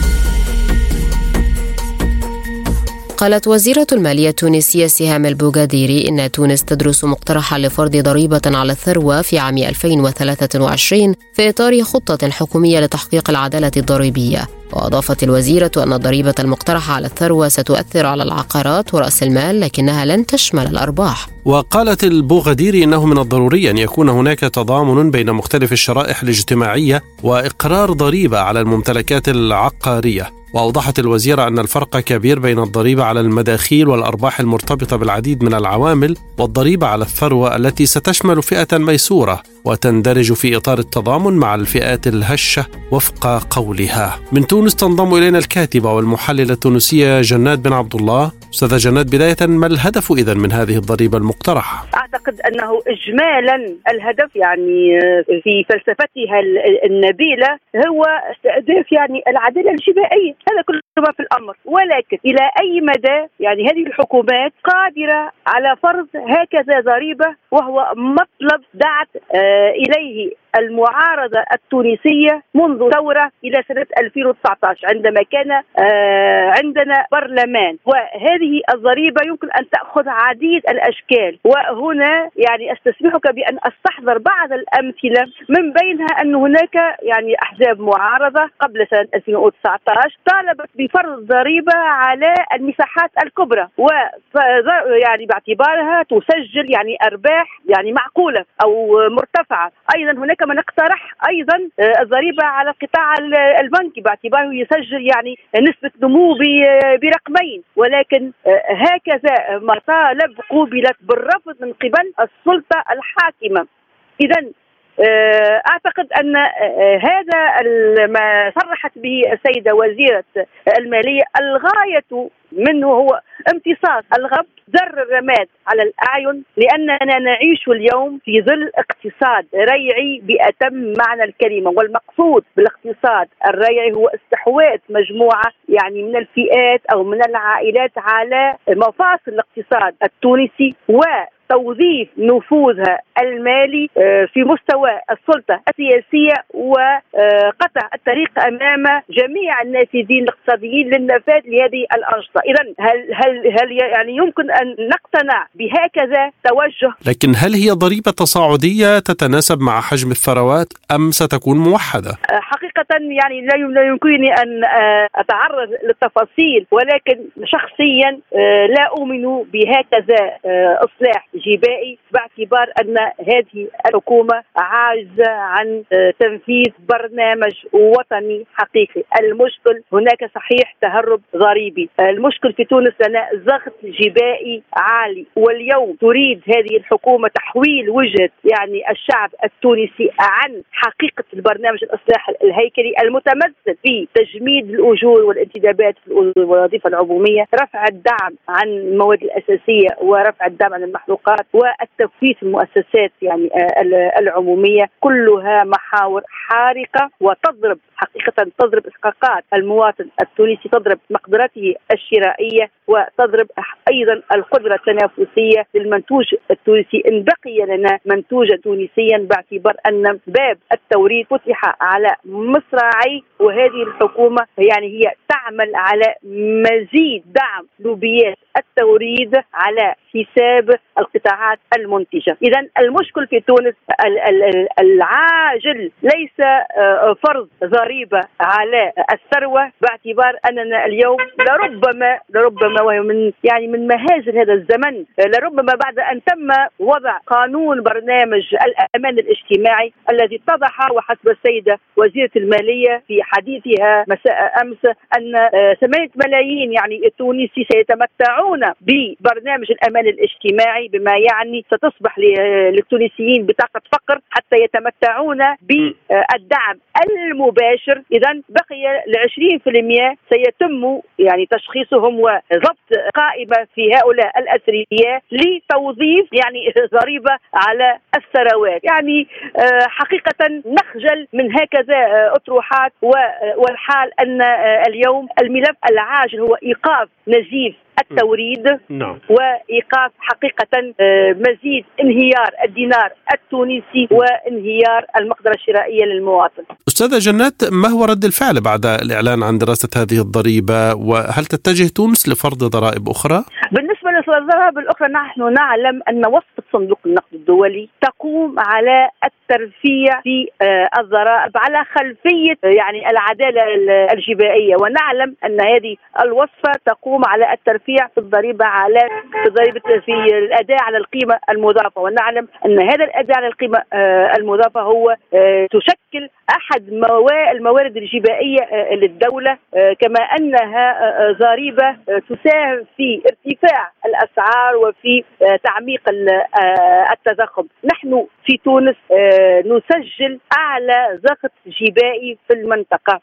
قالت وزيرة المالية التونسية سهام البوغاديري إن تونس تدرس مقترحا لفرض ضريبة على الثروة في عام ألفين وثلاثة وعشرين في إطار خطة حكومية لتحقيق العدالة الضريبية. وأضافت الوزيرة أن الضريبة المقترحة على الثروة ستؤثر على العقارات ورأس المال، لكنها لن تشمل الأرباح. وقالت البوغاديري إنه من الضروري أن يكون هناك تضامن بين مختلف الشرائح الاجتماعية وإقرار ضريبة على الممتلكات العقارية. وأوضحت الوزيرة أن الفرق كبير بين الضريبة على المداخيل والأرباح المرتبطة بالعديد من العوامل والضريبة على الثروة التي ستشمل فئة ميسورة وتندرج في إطار التضامن مع الفئات الهشة وفق قولها. من تونس تنضم إلينا الكاتبة والمحللة التونسية جنات بن عبد الله. أستاذة جنات، بداية ما الهدف إذن من هذه الضريبة المقترحة؟ أعتقد أنه إجمالا الهدف يعني في فلسفتها النبيلة هو استهداف يعني العدالة الاجتماعية، هذا كل ما في الأمر. ولكن إلى أي مدى يعني هذه الحكومات قادرة على فرض هكذا ضريبة، وهو مطلب دعت إليه المعارضة التونسية منذ ثورة إلى سنة ألفين وتسعة عشر عندما كان عندنا برلمان. وهذه الضريبة يمكن أن تأخذ عديد الأشكال، وهنا يعني أستسمحك بأن أستحضر بعض الأمثلة، من بينها أن هناك يعني أحزاب معارضة قبل سنة ألفين وتسعة عشر طالبت بفرض ضريبة على المساحات الكبرى، و يعني باعتبارها تسجل يعني أرباح يعني معقولة أو مرتفعة. أيضا هناك من اقترح أيضا الضريبة على القطاع البنكي باعتباره يسجل يعني نسبة نمو برقمين، ولكن هكذا مطالب قوبلت بالرفض من قبل السلطة الحاكمة. إذن أعتقد أن هذا ما صرحت به السيدة وزيرة المالية الغاية منه هو امتصاص الغب، زر الرماد على الأعين، لأننا نعيش اليوم في ظل اقتصاد ريعي بأتم معنى الكلمة. والمقصود بالاقتصاد الريعي هو استحواذ مجموعة يعني من الفئات أو من العائلات على مفاصل الاقتصاد التونسي، و توظيف نفوذها المالي في مستوى السلطة السياسية، وقطع الطريق أمام جميع النافذين الاقتصاديين للنفاذ لهذه الأنشطة. إذن هل هل هل يعني يمكن أن نقتنع بهكذا توجه؟ لكن هل هي ضريبة تصاعدية تتناسب مع حجم الثروات أم ستكون موحدة؟ حقيقة يعني لا يمكنني أن أتعرض للتفاصيل، ولكن شخصيا لا أؤمن بهكذا إصلاح جبائي، باعتبار أن هذه الحكومة عاجزة عن تنفيذ برنامج وطني حقيقي. المشكل هناك صحيح تهرب ضريبي، المشكل في تونس لنا ضغط جبائي عالي، واليوم تريد هذه الحكومة تحويل وجهة يعني الشعب التونسي عن حقيقة البرنامج الإصلاح الهيكلي المتمثل في تجميد الأجور والانتدابات في الوظيفة العمومية، رفع الدعم عن المواد الأساسية ورفع الدعم عن المحروقات، والتفويت المؤسسات يعني العمومية. كلها محاور حارقة وتضرب حقيقة تضرب إحقاقات المواطن التونسي، تضرب مقدرته الشرائية، وتضرب أيضا القدرة التنافسية للمنتوج التونسي إن بقي لنا منتوجا تونسيا، باعتبار أن باب التوريد فتح على مصراعي، وهذه الحكومة يعني هي تعمل على مزيد دعم لوبيات التوريد على حساب القطاعات المنتجة. إذن المشكل في تونس العاجل ليس فرض ضريبة على الثروة، باعتبار أننا اليوم لربما لربما وهي من يعني من مهازل هذا الزمن، لربما بعد أن تم وضع قانون برنامج الأمان الاجتماعي الذي اتضح وحسب السيدة وزيرة المالية في حديثها مساء أمس أن ثمانية ملايين يعني التونسي سيتمتعون ببرنامج الأمان الاجتماعي، بما يعني ستصبح للتونسيين بطاقة فقر حتى يتمتعون بالدعم المباشر. إذن بقي العشرين في المئة سيتم يعني تشخيصهم وضبط قائمة في هؤلاء الأثرياء لتوظيف يعني ضريبة على الثروات. يعني حقيقة نخجل من هكذا أطروحات، والحال أن اليوم الملف العاجل هو إيقاف نزيف التوريد نعم. وإيقاف حقيقة مزيد انهيار الدينار التونسي وانهيار المقدرة الشرائية للمواطن. أستاذة جنات، ما هو رد الفعل بعد الإعلان عن دراسة هذه الضريبة، وهل تتجه تونس لفرض ضرائب أخرى؟ بالنسبة للضرائب الأخرى نحن نعلم أن وصفة صندوق النقد الدولي تقوم على الترفيع في الضرائب على خلفية يعني العدالة الجبائية، ونعلم أن هذه الوصفة تقوم على الترفيع في الضريبة على في الضريبة في الأداء على القيمة المضافة، ونعلم أن هذا الأداء على القيمة المضافة هو تشكل أحد الموارد الجبائية للدولة، كما أنها ضريبة تساهم في ارتفاع الأسعار وفي تعميق التضخم. نحن في تونس نسجل أعلى ضغط جبائي في المنطقة.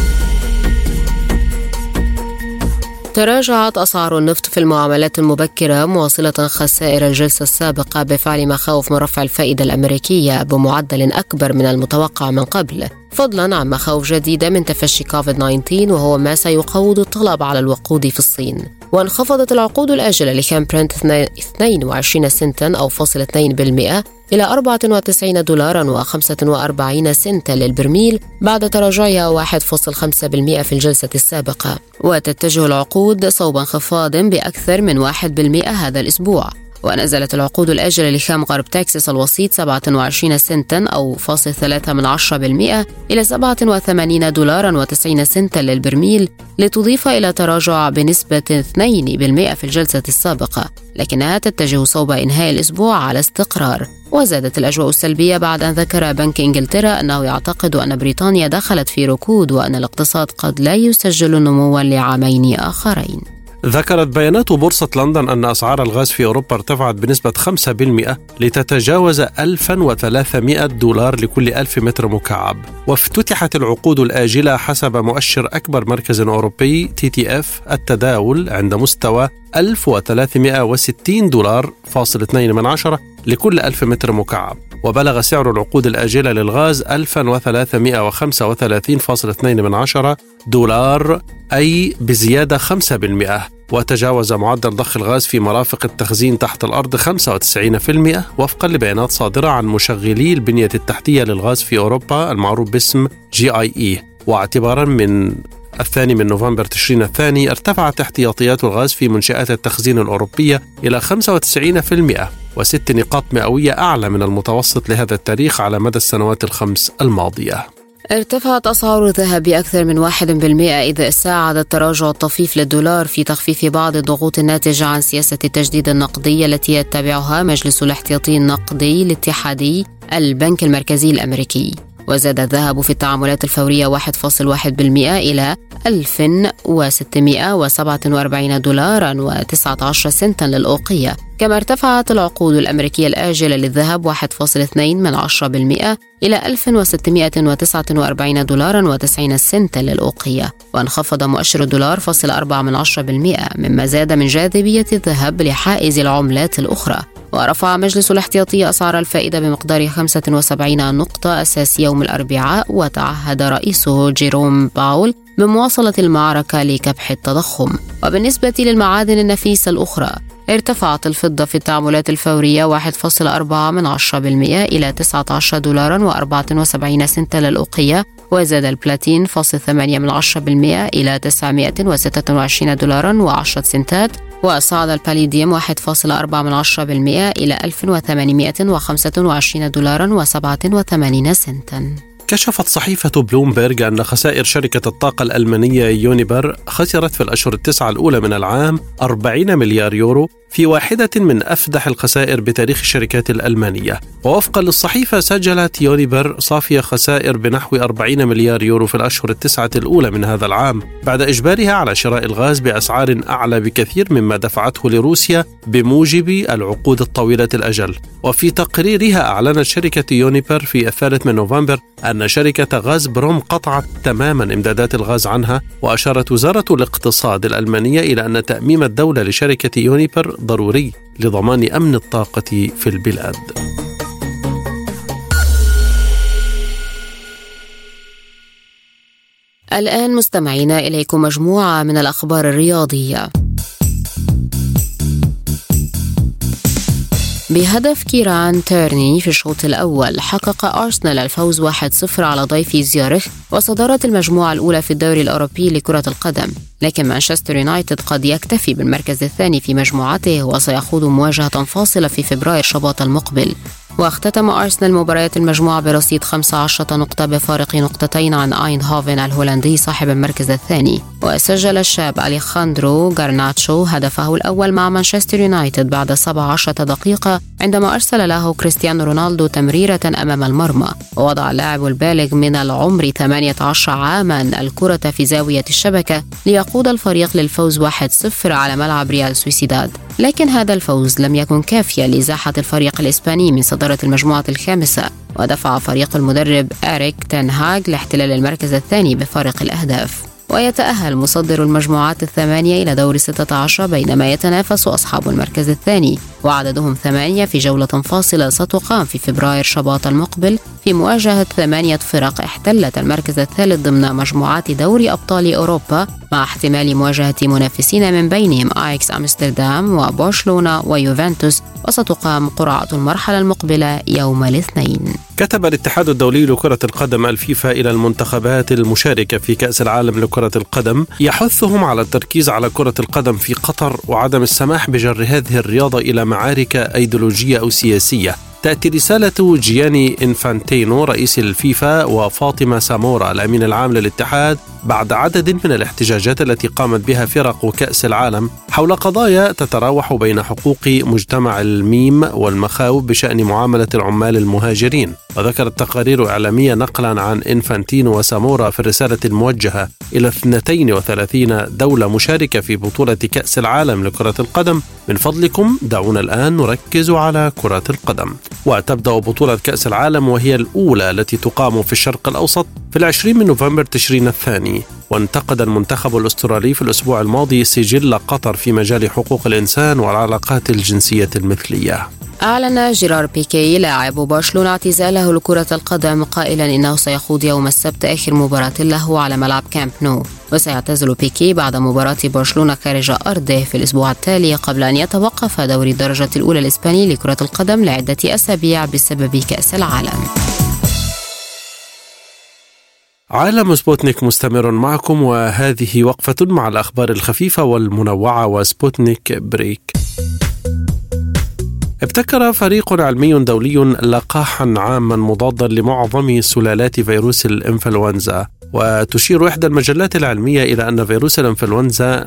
تراجعت أسعار النفط في المعاملات المبكرة مواصلة خسائر الجلسة السابقة بفعل مخاوف من رفع الفائدة الأمريكية بمعدل أكبر من المتوقع من قبل، فضلا عن مخاوف جديدة من تفشي كوفيد تسعة عشر وهو ما سيقوض الطلب على الوقود في الصين. وانخفضت العقود الآجلة لخام برنت اثنين وعشرين سنتا أو فاصل اثنين بالمئة إلى أربعة وتسعين دولارا وخمسة وأربعين سنتا للبرميل بعد تراجعها واحد فاصل خمسة بالمئة في الجلسة السابقة، وتتجه العقود صوب انخفاض بأكثر من واحد بالمئة هذا الأسبوع. ونزلت العقود الآجلة لخام غرب تكساس الوسيط سبعة وعشرين سنتا أو فاصل ثلاثة من عشرة بالمئة إلى سبعة وثمانين دولارا وتسعين سنتا للبرميل، لتضيف إلى تراجع بنسبة اثنين بالمئة في الجلسة السابقة، لكنها تتجه صوب إنهاء الأسبوع على استقرار. وزادت الأجواء السلبية بعد أن ذكر بنك إنجلترا أنه يعتقد أن بريطانيا دخلت في ركود وأن الاقتصاد قد لا يسجل نموا لعامين آخرين. ذكرت بيانات بورصة لندن أن أسعار الغاز في أوروبا ارتفعت بنسبة خمسة بالمئة لتتجاوز ألف وثلاثمئة دولار لكل ألف متر مكعب. وافتتحت العقود الآجلة حسب مؤشر أكبر مركز أوروبي تي تي إف التداول عند مستوى ألف وثلاثمئة وستين دولار فاصل اثنين من عشرة لكل ألف متر مكعب. وبلغ سعر العقود الآجلة للغاز ألف وثلاثمئة وخمسة وثلاثين فاصل اثنين من عشرة دولار، أي بزيادة خمسة بالمئة. وتجاوز معدل ضخ الغاز في مرافق التخزين تحت الأرض خمسة وتسعين بالمئة وفقا لبيانات صادرة عن مشغلي البنية التحتية للغاز في أوروبا المعروف باسم جي آي إي. واعتبارا من الثاني من نوفمبر تشرين الثاني ارتفعت احتياطيات الغاز في منشآت التخزين الأوروبية إلى خمسة وتسعين بالمئة وست نقاط مئوية أعلى من المتوسط لهذا التاريخ على مدى السنوات الخمس الماضية. ارتفعت أسعار الذهب بأكثر من واحد بالمئة إذ ساعد التراجع الطفيف للدولار في تخفيف بعض الضغوط الناتجة عن سياسة التجديد النقدي التي يتبعها مجلس الاحتياطي النقدي الاتحادي البنك المركزي الأمريكي. وزاد الذهب في التعاملات الفورية واحد فاصل واحد بالمئة إلى ألف وستمئة وسبعة وأربعين دولارا وتسعة عشر سنتا للأوقية، كما ارتفعت العقود الأمريكية الآجلة للذهب واحد فاصل اثنين من عشرة بالمئة إلى ألف وستمئة وتسعة وأربعين دولارا وتسعين سنتا للأوقية. وانخفض مؤشر الدولار فاصل أربعة من عشرة بالمئة مما زاد من جاذبية الذهب لحائز العملات الأخرى. ورفع مجلس الاحتياطي أسعار الفائدة بمقدار خمسة وسبعين نقطة أساس يوم الأربعاء، وتعهد رئيسه جيروم باول بمواصلة المعركة لكبح التضخم. وبالنسبة للمعادن النفيسة الأخرى، ارتفعت الفضة في التعاملات الفورية واحد فاصل أربعة من عشرة بالمئة إلى تسعة عشر دولارا وأربعة وسبعين سنتا للأوقية، وزاد البلاتين فاصل ثمانية من عشرة بالمئة إلى تسعمئة وستة وعشرين دولارا وعشرة سنتات، وصعد الباليديوم واحد فاصل أربعة من عشرة بالمئة إلى ألف وثمانمئة وخمسة وعشرين دولارا وسبعة وثمانين سنتا. كشفت صحيفة بلومبرج أن خسائر شركة الطاقة الألمانية يونيبر خسرت في الأشهر التسعة الأولى من العام أربعين مليار يورو، في واحدة من أفدح الخسائر بتاريخ الشركات الألمانية. ووفقا للصحيفة سجلت يونيبر صافية خسائر بنحو أربعين مليار يورو في الأشهر التسعة الأولى من هذا العام، بعد إجبارها على شراء الغاز بأسعار أعلى بكثير مما دفعته لروسيا بموجب العقود الطويلة الأجل. وفي تقريرها أعلنت شركة يونيبر في الثالث من نوفمبر أن شركة غاز بروم قطعت تماما إمدادات الغاز عنها. وأشارت وزارة الاقتصاد الألمانية إلى أن تأميم الدولة لشركة يونيبر ضروري لضمان أمن الطاقة في البلاد. الآن مستمعينا إليكم مجموعة من الأخبار الرياضية. بهدف كيران تيرني في الشوط الأول، حقق أرسنال الفوز واحد صفر على ضيف زيورخ وصدارة المجموعة الأولى في الدوري الأوروبي لكرة القدم، لكن مانشستر يونايتد قد يكتفي بالمركز الثاني في مجموعته وسيخوض مواجهة فاصلة في فبراير شباط المقبل. واختتم أرسنال مباريات المجموعة برصيد خمسة عشر نقطة بفارق نقطتين عن أيندهوفن الهولندي صاحب المركز الثاني. وسجل الشاب أليخاندرو غارناتشو هدفه الأول مع مانشستر يونايتد بعد سبع عشرة دقيقة عندما أرسل له كريستيانو رونالدو تمريرة أمام المرمى. ووضع اللاعب البالغ من العمر ثمانية عشر عاما الكرة في زاوية الشبكة ليقود الفريق للفوز واحد صفر على ملعب ريال سويسيداد، لكن هذا الفوز لم يكن كافيا لإزاحة الفريق الإسباني من صدارة المجموعة الخامسة، ودفع فريق المدرب إريك تين هاغ لاحتلال المركز الثاني بفارق الأهداف. ويتأهل مصدر المجموعات الثمانية إلى دور ستة عشر بينما يتنافس أصحاب المركز الثاني وعددهم ثمانية في جولة فاصلة ستقام في فبراير شباط المقبل في مواجهة ثمانية فرق احتلت المركز الثالث ضمن مجموعات دوري أبطال أوروبا، مع احتمال مواجهة منافسين من بينهم آيكس أمستردام وبرشلونة ويوفنتوس، وستقام قرعة المرحلة المقبلة يوم الاثنين. كتب الاتحاد الدولي لكرة القدم الفيفا إلى المنتخبات المشاركة في كأس العالم لكرة القدم يحثهم على التركيز على كرة القدم في قطر وعدم السماح بجر هذه الرياضة إلى معارك أيديولوجية أو سياسية. تأتي رسالة جياني إنفانتينو رئيس الفيفا وفاطمة سامورا الأمين العام للاتحاد بعد عدد من الاحتجاجات التي قامت بها فرق كأس العالم حول قضايا تتراوح بين حقوق مجتمع الميم والمخاوف بشأن معاملة العمال المهاجرين. وذكرت تقارير إعلامية نقلا عن إنفانتينو وسامورا في الرسالة الموجهة إلى اثنتين وثلاثين دولة مشاركة في بطولة كأس العالم لكرة القدم: من فضلكم دعونا الآن نركز على كرة القدم. وتبدأ بطولة كأس العالم وهي الأولى التي تقام في الشرق الأوسط في العشرين من نوفمبر تشرين الثاني. وانتقد المنتخب الأسترالي في الأسبوع الماضي سجل قطر في مجال حقوق الإنسان والعلاقات الجنسية المثلية. أعلن جيرار بيكي لاعب برشلونة اعتزاله لكرة القدم قائلا إنه سيخوض يوم السبت آخر مباراة له على ملعب كامب نو، وسيعتزل بيكي بعد مباراة برشلونة خارج أرضه في الأسبوع التالي قبل أن يتوقف دوري الدرجة الأولى الإسباني لكرة القدم لعدة أسابيع بسبب كأس العالم. عالم سبوتنيك مستمر معكم، وهذه وقفة مع الأخبار الخفيفة والمنوعة وسبوتنيك بريك. ابتكر فريق علمي دولي لقاحا عاما مضادا لمعظم سلالات فيروس الإنفلونزا. وتشير إحدى المجلات العلمية إلى أن فيروس الإنفلونزا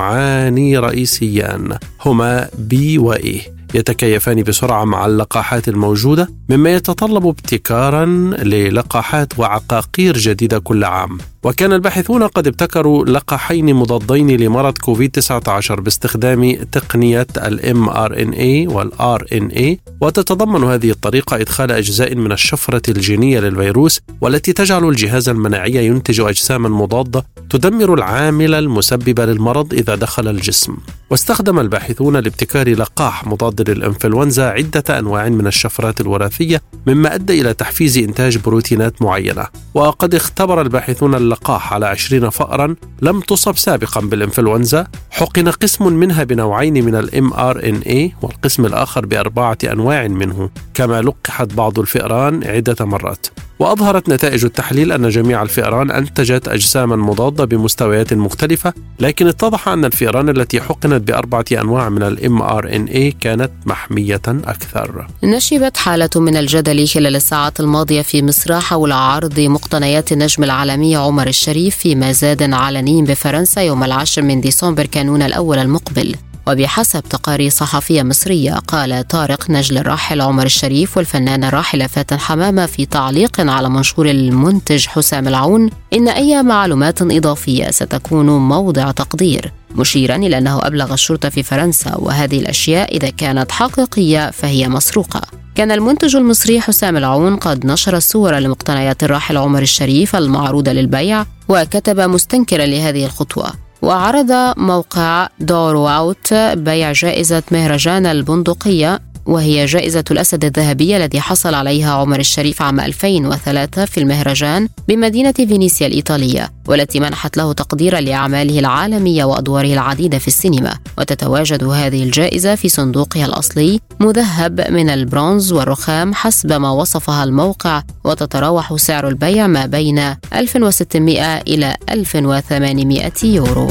نوعان رئيسيان هما بي وإيه يتكيفان بسرعة مع اللقاحات الموجودة، مما يتطلب ابتكارا للقاحات وعقاقير جديدة كل عام. وكان الباحثون قد ابتكروا لقاحين مضادين لمرض كوفيد تسعة عشر باستخدام تقنية ال إم آر إن إيه وال آر إن إيه، وتتضمن هذه الطريقة إدخال أجزاء من الشفرة الجينية للفيروس، والتي تجعل الجهاز المناعي ينتج أجساما مضادة تدمر العامل المسبب للمرض إذا دخل الجسم. واستخدم الباحثون لابتكار لقاح مضاد للإنفلونزا عدة أنواع من الشفرات الوراثية، مما أدى إلى تحفيز إنتاج بروتينات معينة. وقد اختبر الباحثون اللقاح على عشرين فأرا لم تصب سابقا بالإنفلونزا، حقن قسم منها بنوعين من ال إم آر إن إيه والقسم الآخر بأربعة أنواع منه، كما لقحت بعض الفئران عدة مرات. وأظهرت نتائج التحليل أن جميع الفئران أنتجت أجساما مضادة بمستويات مختلفة، لكن اتضح أن الفئران التي حقنت بأربعة أنواع من ال إم آر إن إيه كانت محمية أكثر. نشبت حالة من الجدل خلال الساعات الماضية في مصر حول عرض مقتنيات النجم العالمي عمر الشريف في مزاد علني بفرنسا يوم العاشر من ديسمبر كانون الأول المقبل. وبحسب تقارير صحفية مصرية، قال طارق نجل الراحل عمر الشريف والفنانة الراحلة فاتن حمامة في تعليق على منشور المنتج حسام العون إن أي معلومات إضافية ستكون موضع تقدير، مشيرا إلى أنه أبلغ الشرطة في فرنسا، وهذه الأشياء إذا كانت حقيقية فهي مسروقة. كان المنتج المصري حسام العون قد نشر الصور لمقتنيات الراحل عمر الشريف المعروضة للبيع، وكتب مستنكرا لهذه الخطوة. وعرض موقع دورو أوت بيع جائزة مهرجان البندقية، وهي جائزة الأسد الذهبية التي حصل عليها عمر الشريف عام ألفين وثلاثة في المهرجان بمدينة فينيسيا الإيطالية، والتي منحت له تقديرا لأعماله العالمية وأدواره العديدة في السينما. وتتواجد هذه الجائزة في صندوقها الأصلي مذهب من البرونز والرخام حسب ما وصفها الموقع، وتتراوح سعر البيع ما بين ألف وستمائة إلى ألف وثمانمائة يورو.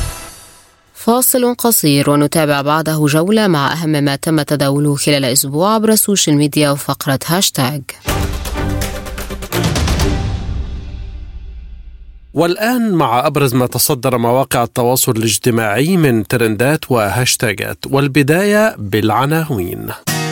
فاصل قصير ونتابع بعده جولة مع أهم ما تم تداوله خلال أسبوع عبر السوشيال ميديا وفقرة هاشتاج. والآن مع أبرز ما تصدر مواقع التواصل الاجتماعي من ترندات وهاشتاجات، والبداية بالعناوين.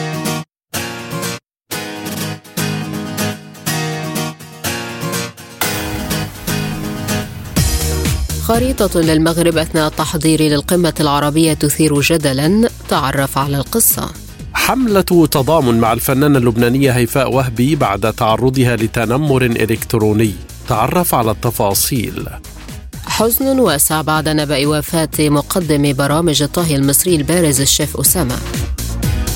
خريطة للمغرب أثناء التحضير للقمة العربية تثير جدلا، تعرف على القصة. حملة تضامن مع الفنانة اللبنانية هيفاء وهبي بعد تعرضها لتنمر إلكتروني، تعرف على التفاصيل. حزن واسع بعد نبأ وفاة مقدم برامج الطهي المصري البارز الشيف أسامة.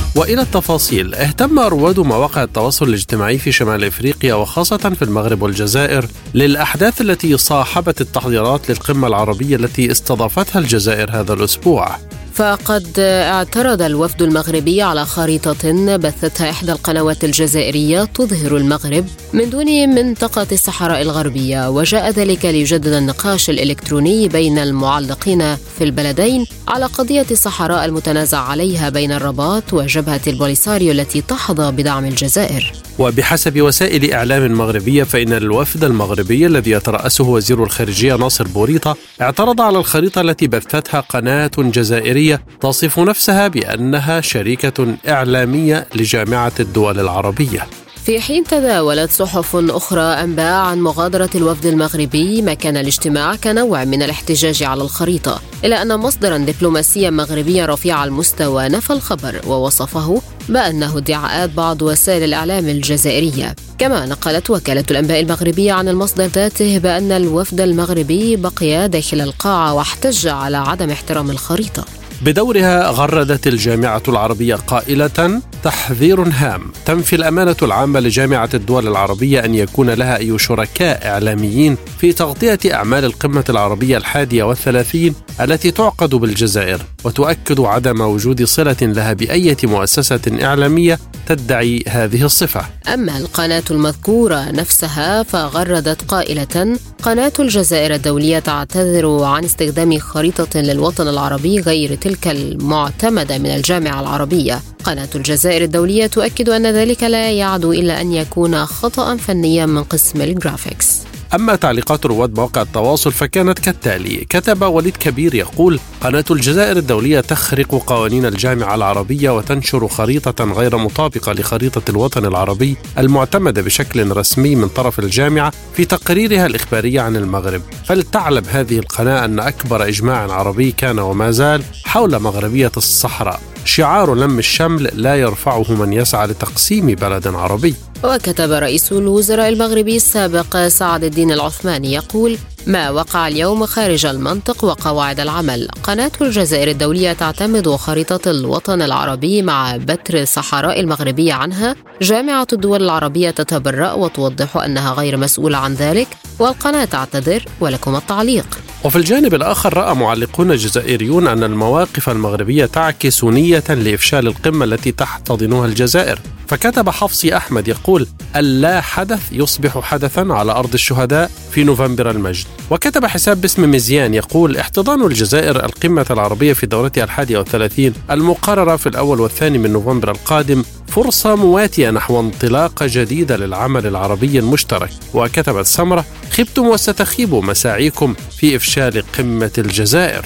وإلى التفاصيل، اهتم رواد مواقع التواصل الاجتماعي في شمال إفريقيا وخاصة في المغرب والجزائر للأحداث التي صاحبت التحضيرات للقمة العربية التي استضافتها الجزائر هذا الأسبوع. فقد اعترض الوفد المغربي على خريطة بثتها إحدى القنوات الجزائرية تظهر المغرب من دون منطقة الصحراء الغربية، وجاء ذلك ليجدد النقاش الإلكتروني بين المعلقين في البلدين على قضية الصحراء المتنازع عليها بين الرباط وجبهة البوليساريو التي تحظى بدعم الجزائر. وبحسب وسائل إعلام مغربية فإن الوفد المغربي الذي يترأسه وزير الخارجية ناصر بوريطة اعترض على الخريطة التي بثتها قناة جزائرية تصف نفسها بأنها شركة إعلامية لجامعة الدول العربية. في حين تداولت صحف أخرى أنباء عن مغادرة الوفد المغربي مكان الاجتماع كنوع من الاحتجاج على الخريطة، إلا أن مصدرا دبلوماسيا مغربيا رفيع المستوى نفى الخبر ووصفه بأنه ادعاءات بعض وسائل الإعلام الجزائرية. كما نقلت وكالة الأنباء المغربية عن المصدر ذاته بأن الوفد المغربي بقي داخل القاعة واحتج على عدم احترام الخريطة. بدورها غردت الجامعة العربية قائلة: تحذير هام، تنفي الأمانة العامة لجامعة الدول العربية أن يكون لها أي شركاء إعلاميين في تغطية أعمال القمة العربية الحادية والثلاثين التي تعقد بالجزائر، وتؤكد عدم وجود صلة لها بأي مؤسسة إعلامية تدعي هذه الصفة. أما القناة المذكورة نفسها فغردت قائلة: قناة الجزائر الدولية تعتذر عن استخدام خريطة للوطن العربي غير تلك المعتمدة من الجامعة العربية. قناة الجزائر الدولية تؤكد أن ذلك لا يعدو إلا أن يكون خطأ فنيا من قسم الجرافيكس. أما تعليقات رواد مواقع التواصل فكانت كالتالي. كتب وليد كبير يقول: قناة الجزائر الدولية تخرق قوانين الجامعة العربية وتنشر خريطة غير مطابقة لخريطة الوطن العربي المعتمدة بشكل رسمي من طرف الجامعة في تقريرها الإخباري عن المغرب. فلتعلم هذه القناة أن أكبر إجماع عربي كان وما زال حول مغربية الصحراء. شعار لم الشمل لا يرفعه من يسعى لتقسيم بلد عربي. وكتب رئيس الوزراء المغربي السابق سعد الدين العثماني يقول: ما وقع اليوم خارج المنطق وقواعد العمل. قناة الجزائر الدولية تعتمد خريطة الوطن العربي مع بتر الصحراء المغربية عنها. جامعة الدول العربية تتبرأ وتوضح أنها غير مسؤولة عن ذلك، والقناة تعتذر ولكم التعليق. وفي الجانب الآخر رأى معلقون جزائريون أن المواقف المغربية تعكس نية لإفشال القمة التي تحتضنها الجزائر. فكتب حفصي أحمد يقول: اللا حدث يصبح حدثا على أرض الشهداء في نوفمبر المجد. وكتب حساب باسم مزيان يقول: احتضان الجزائر القمة العربية في دورتها الحادية والثلاثين المقررة في الأول والثاني من نوفمبر القادم فرصة مواتية نحو انطلاقة جديدة للعمل العربي المشترك. وكتبت سمرة: خبتم وستخيبوا مساعيكم في إفشال قمة الجزائر.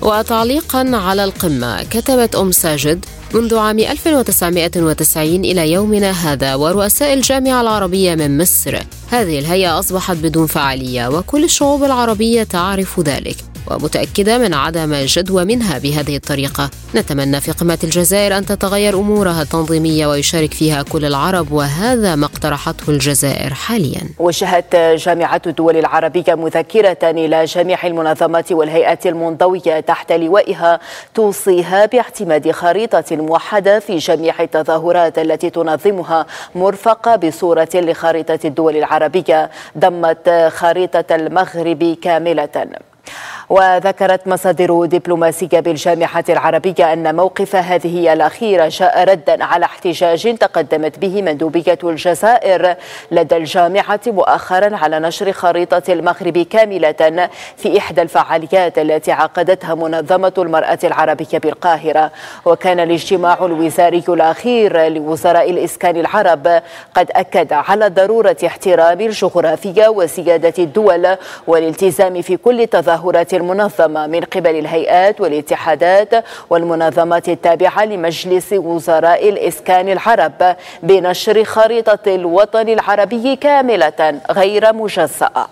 وتعليقا على القمة كتبت أم ساجد: منذ عام ألف وتسعمائة وتسعين إلى يومنا هذا ورؤساء الجامعة العربية من مصر، هذه الهيئة أصبحت بدون فعالية وكل الشعوب العربية تعرف ذلك، ومتأكدة من عدم جدوى منها بهذه الطريقة. نتمنى في قمة الجزائر أن تتغير أمورها التنظيمية ويشارك فيها كل العرب، وهذا ما اقترحته الجزائر حاليا. وجهت جامعة الدول العربية مذكرة إلى جميع المنظمات والهيئات المنضوية تحت لوائها توصيها باعتماد خريطة موحدة في جميع التظاهرات التي تنظمها، مرفقة بصورة لخريطة الدول العربية ضمت خريطة المغرب كاملة. وذكرت مصادر دبلوماسية بالجامعة العربية أن موقف هذه الأخيرة جاء ردا على احتجاج تقدمت به مندوبية الجزائر لدى الجامعة مؤخرا على نشر خريطة المغرب كاملة في إحدى الفعاليات التي عقدتها منظمة المرأة العربية بالقاهرة. وكان الاجتماع الوزاري الأخير لوزراء الإسكان العرب قد أكد على ضرورة احترام الجغرافيا وسيادة الدول والالتزام في كل تظاهرات المنظمة من قبل الهيئات والاتحادات والمنظمات التابعة لمجلس وزراء الإسكان العرب بنشر خريطة الوطن العربي كاملة غير مجزأة.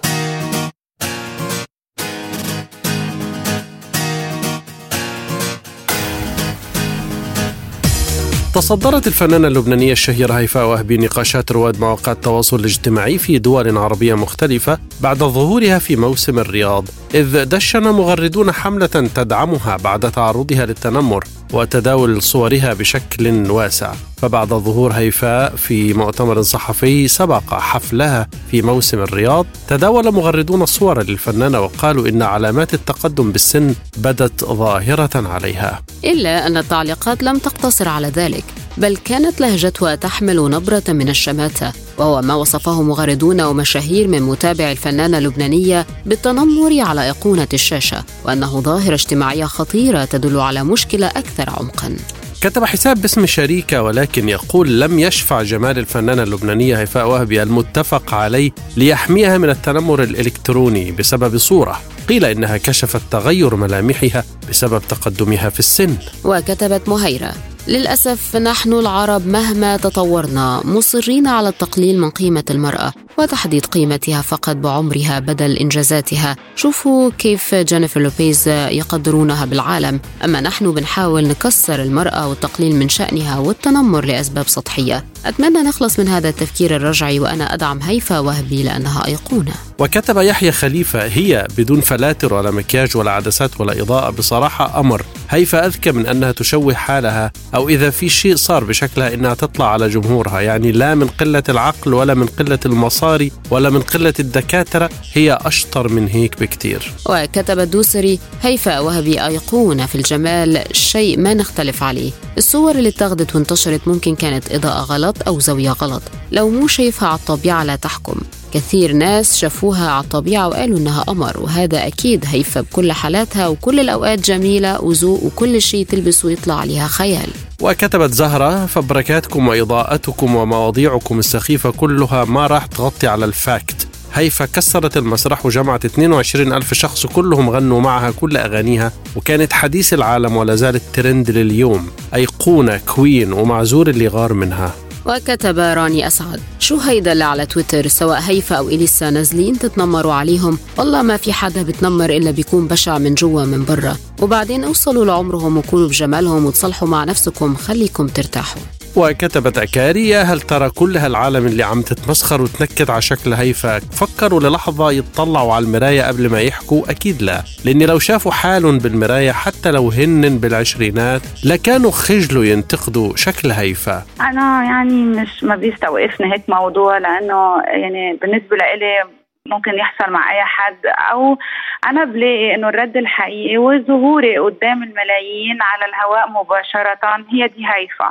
تصدرت الفنانة اللبنانية الشهيرة هيفاء وهبي نقاشات رواد مواقع التواصل الاجتماعي في دول عربية مختلفة بعد ظهورها في موسم الرياض، إذ دشن مغردون حملة تدعمها بعد تعرضها للتنمر وتداول صورها بشكل واسع. فبعد ظهور هيفاء في مؤتمر صحفي سبق حفلها في موسم الرياض، تداول مغردون صور للفنانة وقالوا إن علامات التقدم بالسن بدت ظاهرة عليها. إلا أن التعليقات لم تقتصر على ذلك، بل كانت لهجتها تحمل نبرة من الشماتة، وهو ما وصفه مغردون ومشاهير من متابع الفنانة اللبنانية بالتنمر على أيقونة الشاشة، وأنه ظاهرة اجتماعية خطيرة تدل على مشكلة أكثر عمقاً. كتب حساب باسم شريكة ولكن يقول لم يشفع جمال الفنانة اللبنانية هيفاء وهبي المتفق عليه ليحميها من التنمر الإلكتروني بسبب صورة قيل إنها كشفت تغير ملامحها بسبب تقدمها في السن. وكتبت مهيرة: للأسف نحن العرب مهما تطورنا مصرين على التقليل من قيمة المرأة وتحديد قيمتها فقط بعمرها بدل إنجازاتها. شوفوا كيف جينيفر لوبيز يقدرونها بالعالم، أما نحن بنحاول نكسر المرأة والتقليل من شأنها والتنمر لأسباب سطحية. أتمنى نخلص من هذا التفكير الرجعي، وأنا أدعم هيفاء وهبي لأنها أيقونة. وكتب يحيى خليفة: هي بدون فلاتر ولا مكياج ولا عدسات ولا إضاءة بصراحة أمر. هيفاء أذكى من أنها تشوه حالها، أو إذا في شيء صار بشكلها إنها تطلع على جمهورها، يعني لا من قلة العقل ولا من قلة المصاري ولا من قلة الدكاترة، هي أشطر من هيك بكتير. وكتب الدوسري: هيفاء وهبي أيقونة في الجمال، شيء ما نختلف عليه. الصور اللي اتخذت وانتشرت ممكن كانت إضاءة غلط أو زاوية غلط، لو مو شايفها على الطبيعة لا تحكم. كثير ناس شافوها على الطبيعة وقالوا إنها قمر، وهذا أكيد هيفاء بكل حالاتها وكل الأوقات جميلة وذوق، وكل شيء تلبس ويطلع عليها خيال. وكتبت زهرة: فبركاتكم وإضاءتكم ومواضيعكم السخيفة كلها ما راح تغطي على الفاكت. هيفاء كسرت المسرح وجمعت اثنين وعشرين ألف شخص كلهم غنوا معها كل أغانيها، وكانت حديث العالم ولا زالت ترند لليوم. أيقونة كوين ومعزور اللي غار منها. وكتب راني أسعد: شو هيدا اللي على تويتر سواء هيفاء أو إليسا نازلين تتنمروا عليهم؟ والله ما في حدا بتنمر إلا بيكون بشع من جوا من برا، وبعدين اوصلوا لعمرهم وكونوا بجمالهم وتصلحوا مع نفسكم، خليكم ترتاحوا. وكتبت أكاريا: هل ترى كل هالعالم اللي عم تتمسخر وتنكد على شكل هيفاء فكروا للحظة يتطلعوا على المراية قبل ما يحكوا؟ أكيد لا، لأن لو شافوا حالهم بالمراية حتى لو هن بالعشرينات لكانوا خجلوا ينتقدوا شكل هيفاء. أنا يعني مش ما بيستوقفني هيك موضوع، لأنه يعني بالنسبة لإلي ممكن يحصل مع أي حد، أو أنا بلاقي إنه الرد الحقيقي وظهوري قدام الملايين على الهواء مباشرة هي دي هيفاء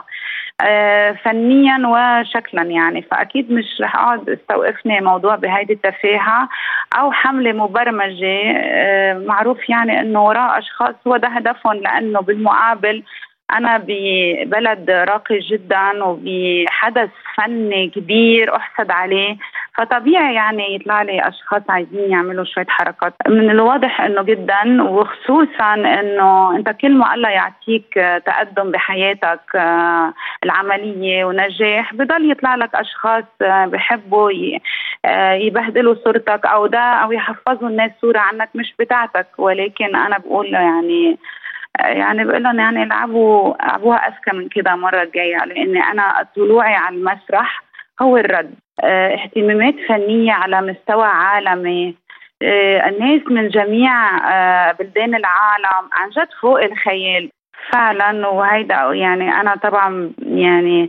آه فنيا وشكلا يعني. فأكيد مش رح أقعد استوقفني موضوع بهيدي التفاهة أو حملة مبرمجة آه معروف يعني إنه وراء أشخاص هو ده هدفهم، لأنه بالمقابل أنا ببلد راقي جدا وبحدث فني كبير أحسد عليه، فطبيعي يعني يطلع لي أشخاص عايزين يعملوا شوية حركات. من الواضح إنه جدا، وخصوصا إنه أنت كل ما الله يعطيك تقدم بحياتك العملية ونجاح بضل يطلع لك أشخاص بحبوا يبهدلوا صورتك أو ده، أو يحفظوا الناس صورة عنك مش بتاعتك. ولكن أنا بقول له يعني يعني بقول لهم يعني العبوا العبوها أذكى من كده المرة الجاية، لأن أنا طلوعي على المسرح هو الرد. اه اهتمامات فنية على مستوى عالمي، اه الناس من جميع اه بلدان العالم عن جد فوق الخيال فعلا. وهيدا يعني أنا طبعا يعني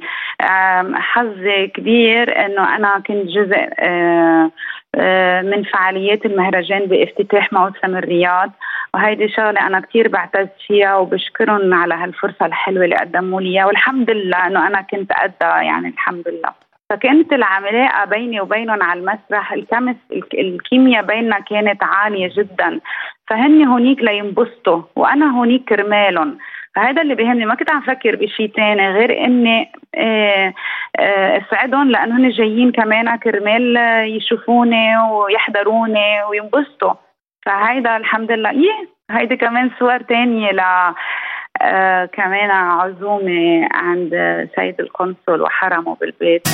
حظي كبير إنه أنا كنت جزء اه من فعاليات المهرجان بافتتاح موسم الرياض، وهيدي شغلة أنا كتير بعتز فيها وبشكرهم على هالفرصة الحلوة اللي قدموا لي، والحمد لله أنه أنا كنت قدها يعني الحمد لله. فكانت العلاقة بيني وبينهم على المسرح، الكيمس الكيمياء بيننا كانت عالية جدا، فهن هونيك لينبسطوا وأنا هونيك كرمالهم. فهذا اللي بيهمني، ما كنت عم فكر بشي تاني غير اني اسعدهم، لانه هن جايين كمان كرمال يشوفوني ويحضروني وينبسطوا. فهيدا الحمد لله. ايه هيدا كمان صور تانية ل آه كمان عزومة عند سيد القنصل وحرمه بالبيت.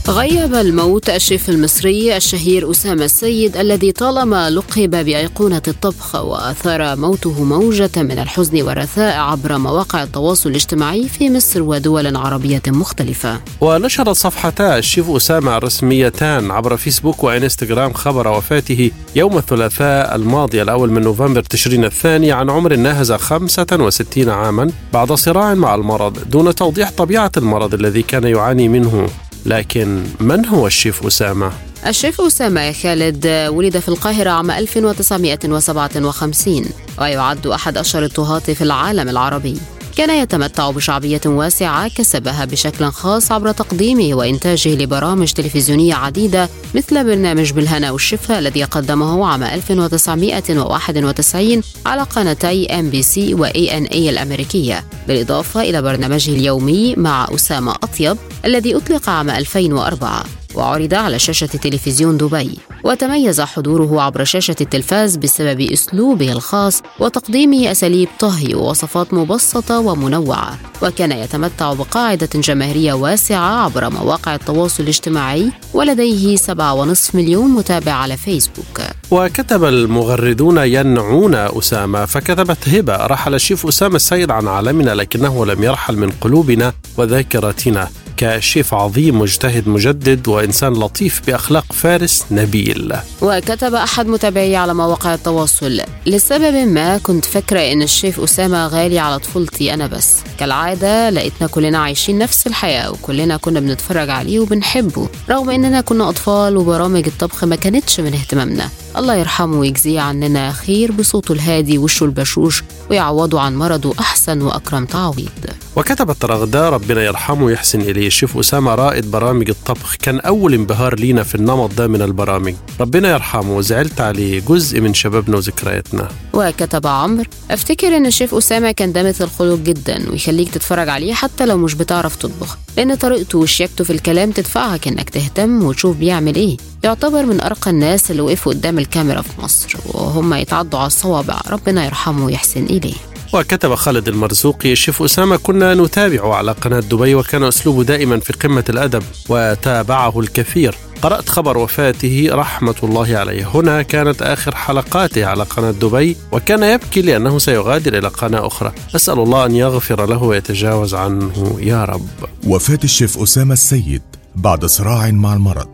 غيب الموت الشيف المصري الشهير أسامة السيد الذي طالما لقب بأيقونة الطبخ، وأثار موته موجة من الحزن والرثاء عبر مواقع التواصل الاجتماعي في مصر ودول عربية مختلفة. ونشرت صفحتا الشيف أسامة الرسميتان عبر فيسبوك وإنستغرام خبر وفاته يوم الثلاثاء الماضي الأول من نوفمبر تشرين الثاني عن عمر ناهز خمسة وستين عاما بعد صراع مع المرض، دون توضيح طبيعة المرض الذي كان يعاني منه. لكن من هو الشيف أسامة؟ الشيف أسامة يا خالد ولد في القاهرة عام ألف وتسعمائة وسبعة وخمسين، ويعد أحد أشهر الطهاة في العالم العربي. كان يتمتع بشعبية واسعة كسبها بشكل خاص عبر تقديمه وإنتاجه لبرامج تلفزيونية عديدة، مثل برنامج بالهنا والشفاء الذي قدمه عام ألف وتسعمائة وواحد وتسعين على قناتي إم بي سي و إيه إن إيه الأمريكية، بالإضافة إلى برنامجه اليومي مع أسامة أطيب الذي أطلق عام ألفين وأربعة وعرض على شاشة تلفزيون دبي. وتميز حضوره عبر شاشة التلفاز بسبب أسلوبه الخاص وتقديمه أساليب طهي ووصفات مبسطة ومنوعة، وكان يتمتع بقاعدة جماهيرية واسعة عبر مواقع التواصل الاجتماعي ولديه سبعة ونصف مليون متابع على فيسبوك. وكتب المغردون ينعون أسامة، فكتبت هبة: رحل الشيف أسامة السيد عن عالمنا لكنه لم يرحل من قلوبنا وذاكرتنا، كشيف عظيم مجتهد مجدد وإنسان لطيف بأخلاق فارس نبيل. وكتب أحد متابعي على مواقع التواصل: لسبب ما كنت فكرة إن الشيف أسامة غالي على طفولتي أنا، بس كالعادة لقيتنا كلنا عايشين نفس الحياة وكلنا كنا بنتفرج عليه وبنحبه رغم إننا كنا أطفال وبرامج الطبخ ما كانتش من اهتمامنا. الله يرحمه ويجزيه عننا خير بصوته الهادي وشه البشوش ويعوضه عن مرضه أحسن وأكرم تعويض. وكتبت رغدة: ربنا يرحمه ويحسن إليه، الشيف أسامة رائد برامج الطبخ، كان أول انبهار لينا في النمط ده من البرامج، ربنا يرحمه وزعلت عليه، جزء من شبابنا وذكرياتنا. وكتب عمرو: أفتكر إن الشيف أسامة كان ده مثل الخلق جدا ويخليك تتفرج عليه حتى لو مش بتعرف تطبخ، لأن طريقته وشياكته في الكلام تدفعك إنك تهتم وتشوف بيعمل إيه. يعتبر من أرقى الناس اللي وقفوا قدام الكاميرا في مصر وهم يتعدوا على الصوابع، ربنا يرحمه ويحسن إليه. وكتب خالد المرزوقي: الشيف أسامة كنا نتابعه على قناة دبي وكان أسلوبه دائما في قمة الأدب وتابعه الكثير. قرأت خبر وفاته رحمة الله عليه، هنا كانت آخر حلقاته على قناة دبي وكان يبكي لأنه سيغادر إلى قناة أخرى، أسأل الله أن يغفر له ويتجاوز عنه يا رب. وفاة الشيف أسامة السيد بعد صراع مع المرض.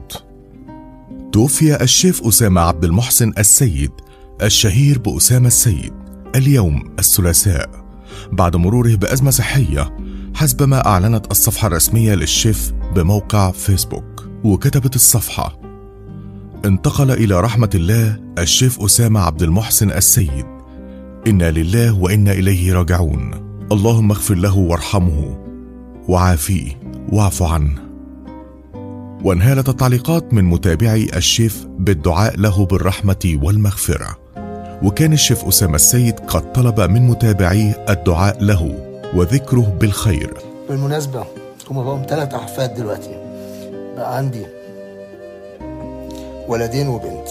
توفي الشيف أسامة عبد المحسن السيد الشهير بأسامة السيد اليوم الثلاثاء بعد مروره بأزمة صحية حسب ما أعلنت الصفحة الرسمية للشيف بموقع فيسبوك. وكتبت الصفحة: انتقل إلى رحمة الله الشيف أسامة عبد المحسن السيد، إنا لله وإنا إليه راجعون، اللهم اغفر له وارحمه وعافيه واعف عنه. وانهالت التعليقات من متابعي الشيف بالدعاء له بالرحمة والمغفرة، وكان الشيف أسامة السيد قد طلب من متابعيه الدعاء له وذكره بالخير. بالمناسبة هما بقوا ثلاث أحفاد دلوقتي، بقى عندي ولدين وبنت.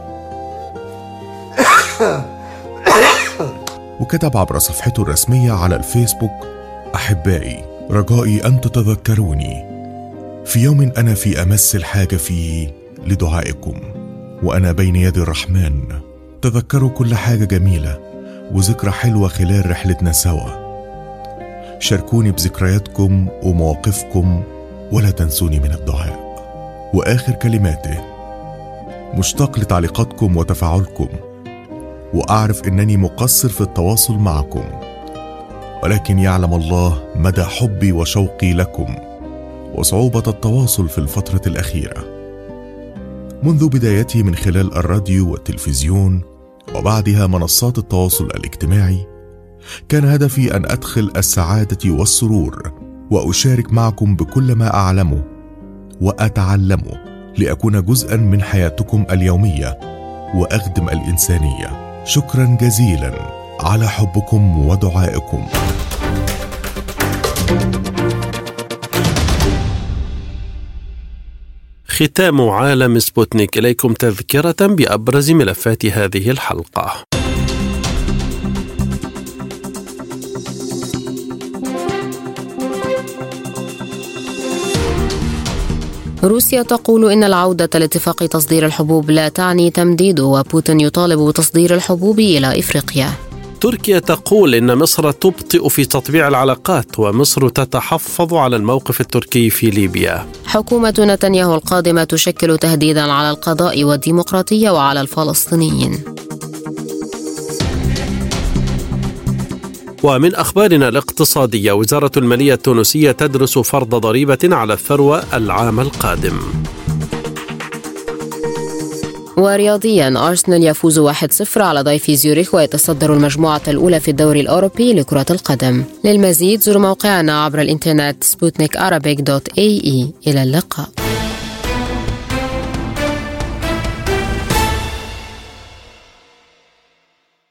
وكتب عبر صفحته الرسمية على الفيسبوك: أحبائي، رجائي أن تتذكروني في يوم أنا في أمس الحاجة فيه لدعائكم وأنا بين يدي الرحمن. تذكروا كل حاجة جميلة وذكرى حلوة خلال رحلتنا سوا، شاركوني بذكرياتكم ومواقفكم ولا تنسوني من الدعاء. وآخر كلماته: مشتاق لتعليقاتكم وتفاعلكم، وأعرف أنني مقصر في التواصل معكم، ولكن يعلم الله مدى حبي وشوقي لكم وصعوبة التواصل في الفترة الأخيرة. منذ بدايتي من خلال الراديو والتلفزيون وبعدها منصات التواصل الاجتماعي، كان هدفي أن أدخل السعادة والسرور وأشارك معكم بكل ما أعلمه وأتعلمه لأكون جزءا من حياتكم اليومية وأخدم الإنسانية. شكرا جزيلا على حبكم ودعائكم. ختام عالم سبوتنيك، إليكم تذكرة بأبرز ملفات هذه الحلقة. روسيا تقول إن العودة لاتفاق تصدير الحبوب لا تعني تمديده، وبوتين يطالب بتصدير الحبوب إلى إفريقيا. تركيا تقول إن مصر تبطئ في تطبيع العلاقات، ومصر تتحفظ على الموقف التركي في ليبيا. حكومة نتنياهو القادمة تشكل تهديدا على القضاء والديمقراطية وعلى الفلسطينيين. ومن أخبارنا الاقتصادية، وزارة المالية التونسية تدرس فرض ضريبة على الثروة العام القادم. ورياضيا، أرسنال يفوز واحد صفر على ضيف زيوريخ ويتصدر المجموعة الأولى في الدوري الأوروبي لكرة القدم. للمزيد زوروا موقعنا عبر الإنترنت سبوتنيك أرابيك دوت إي إي. إلى اللقاء.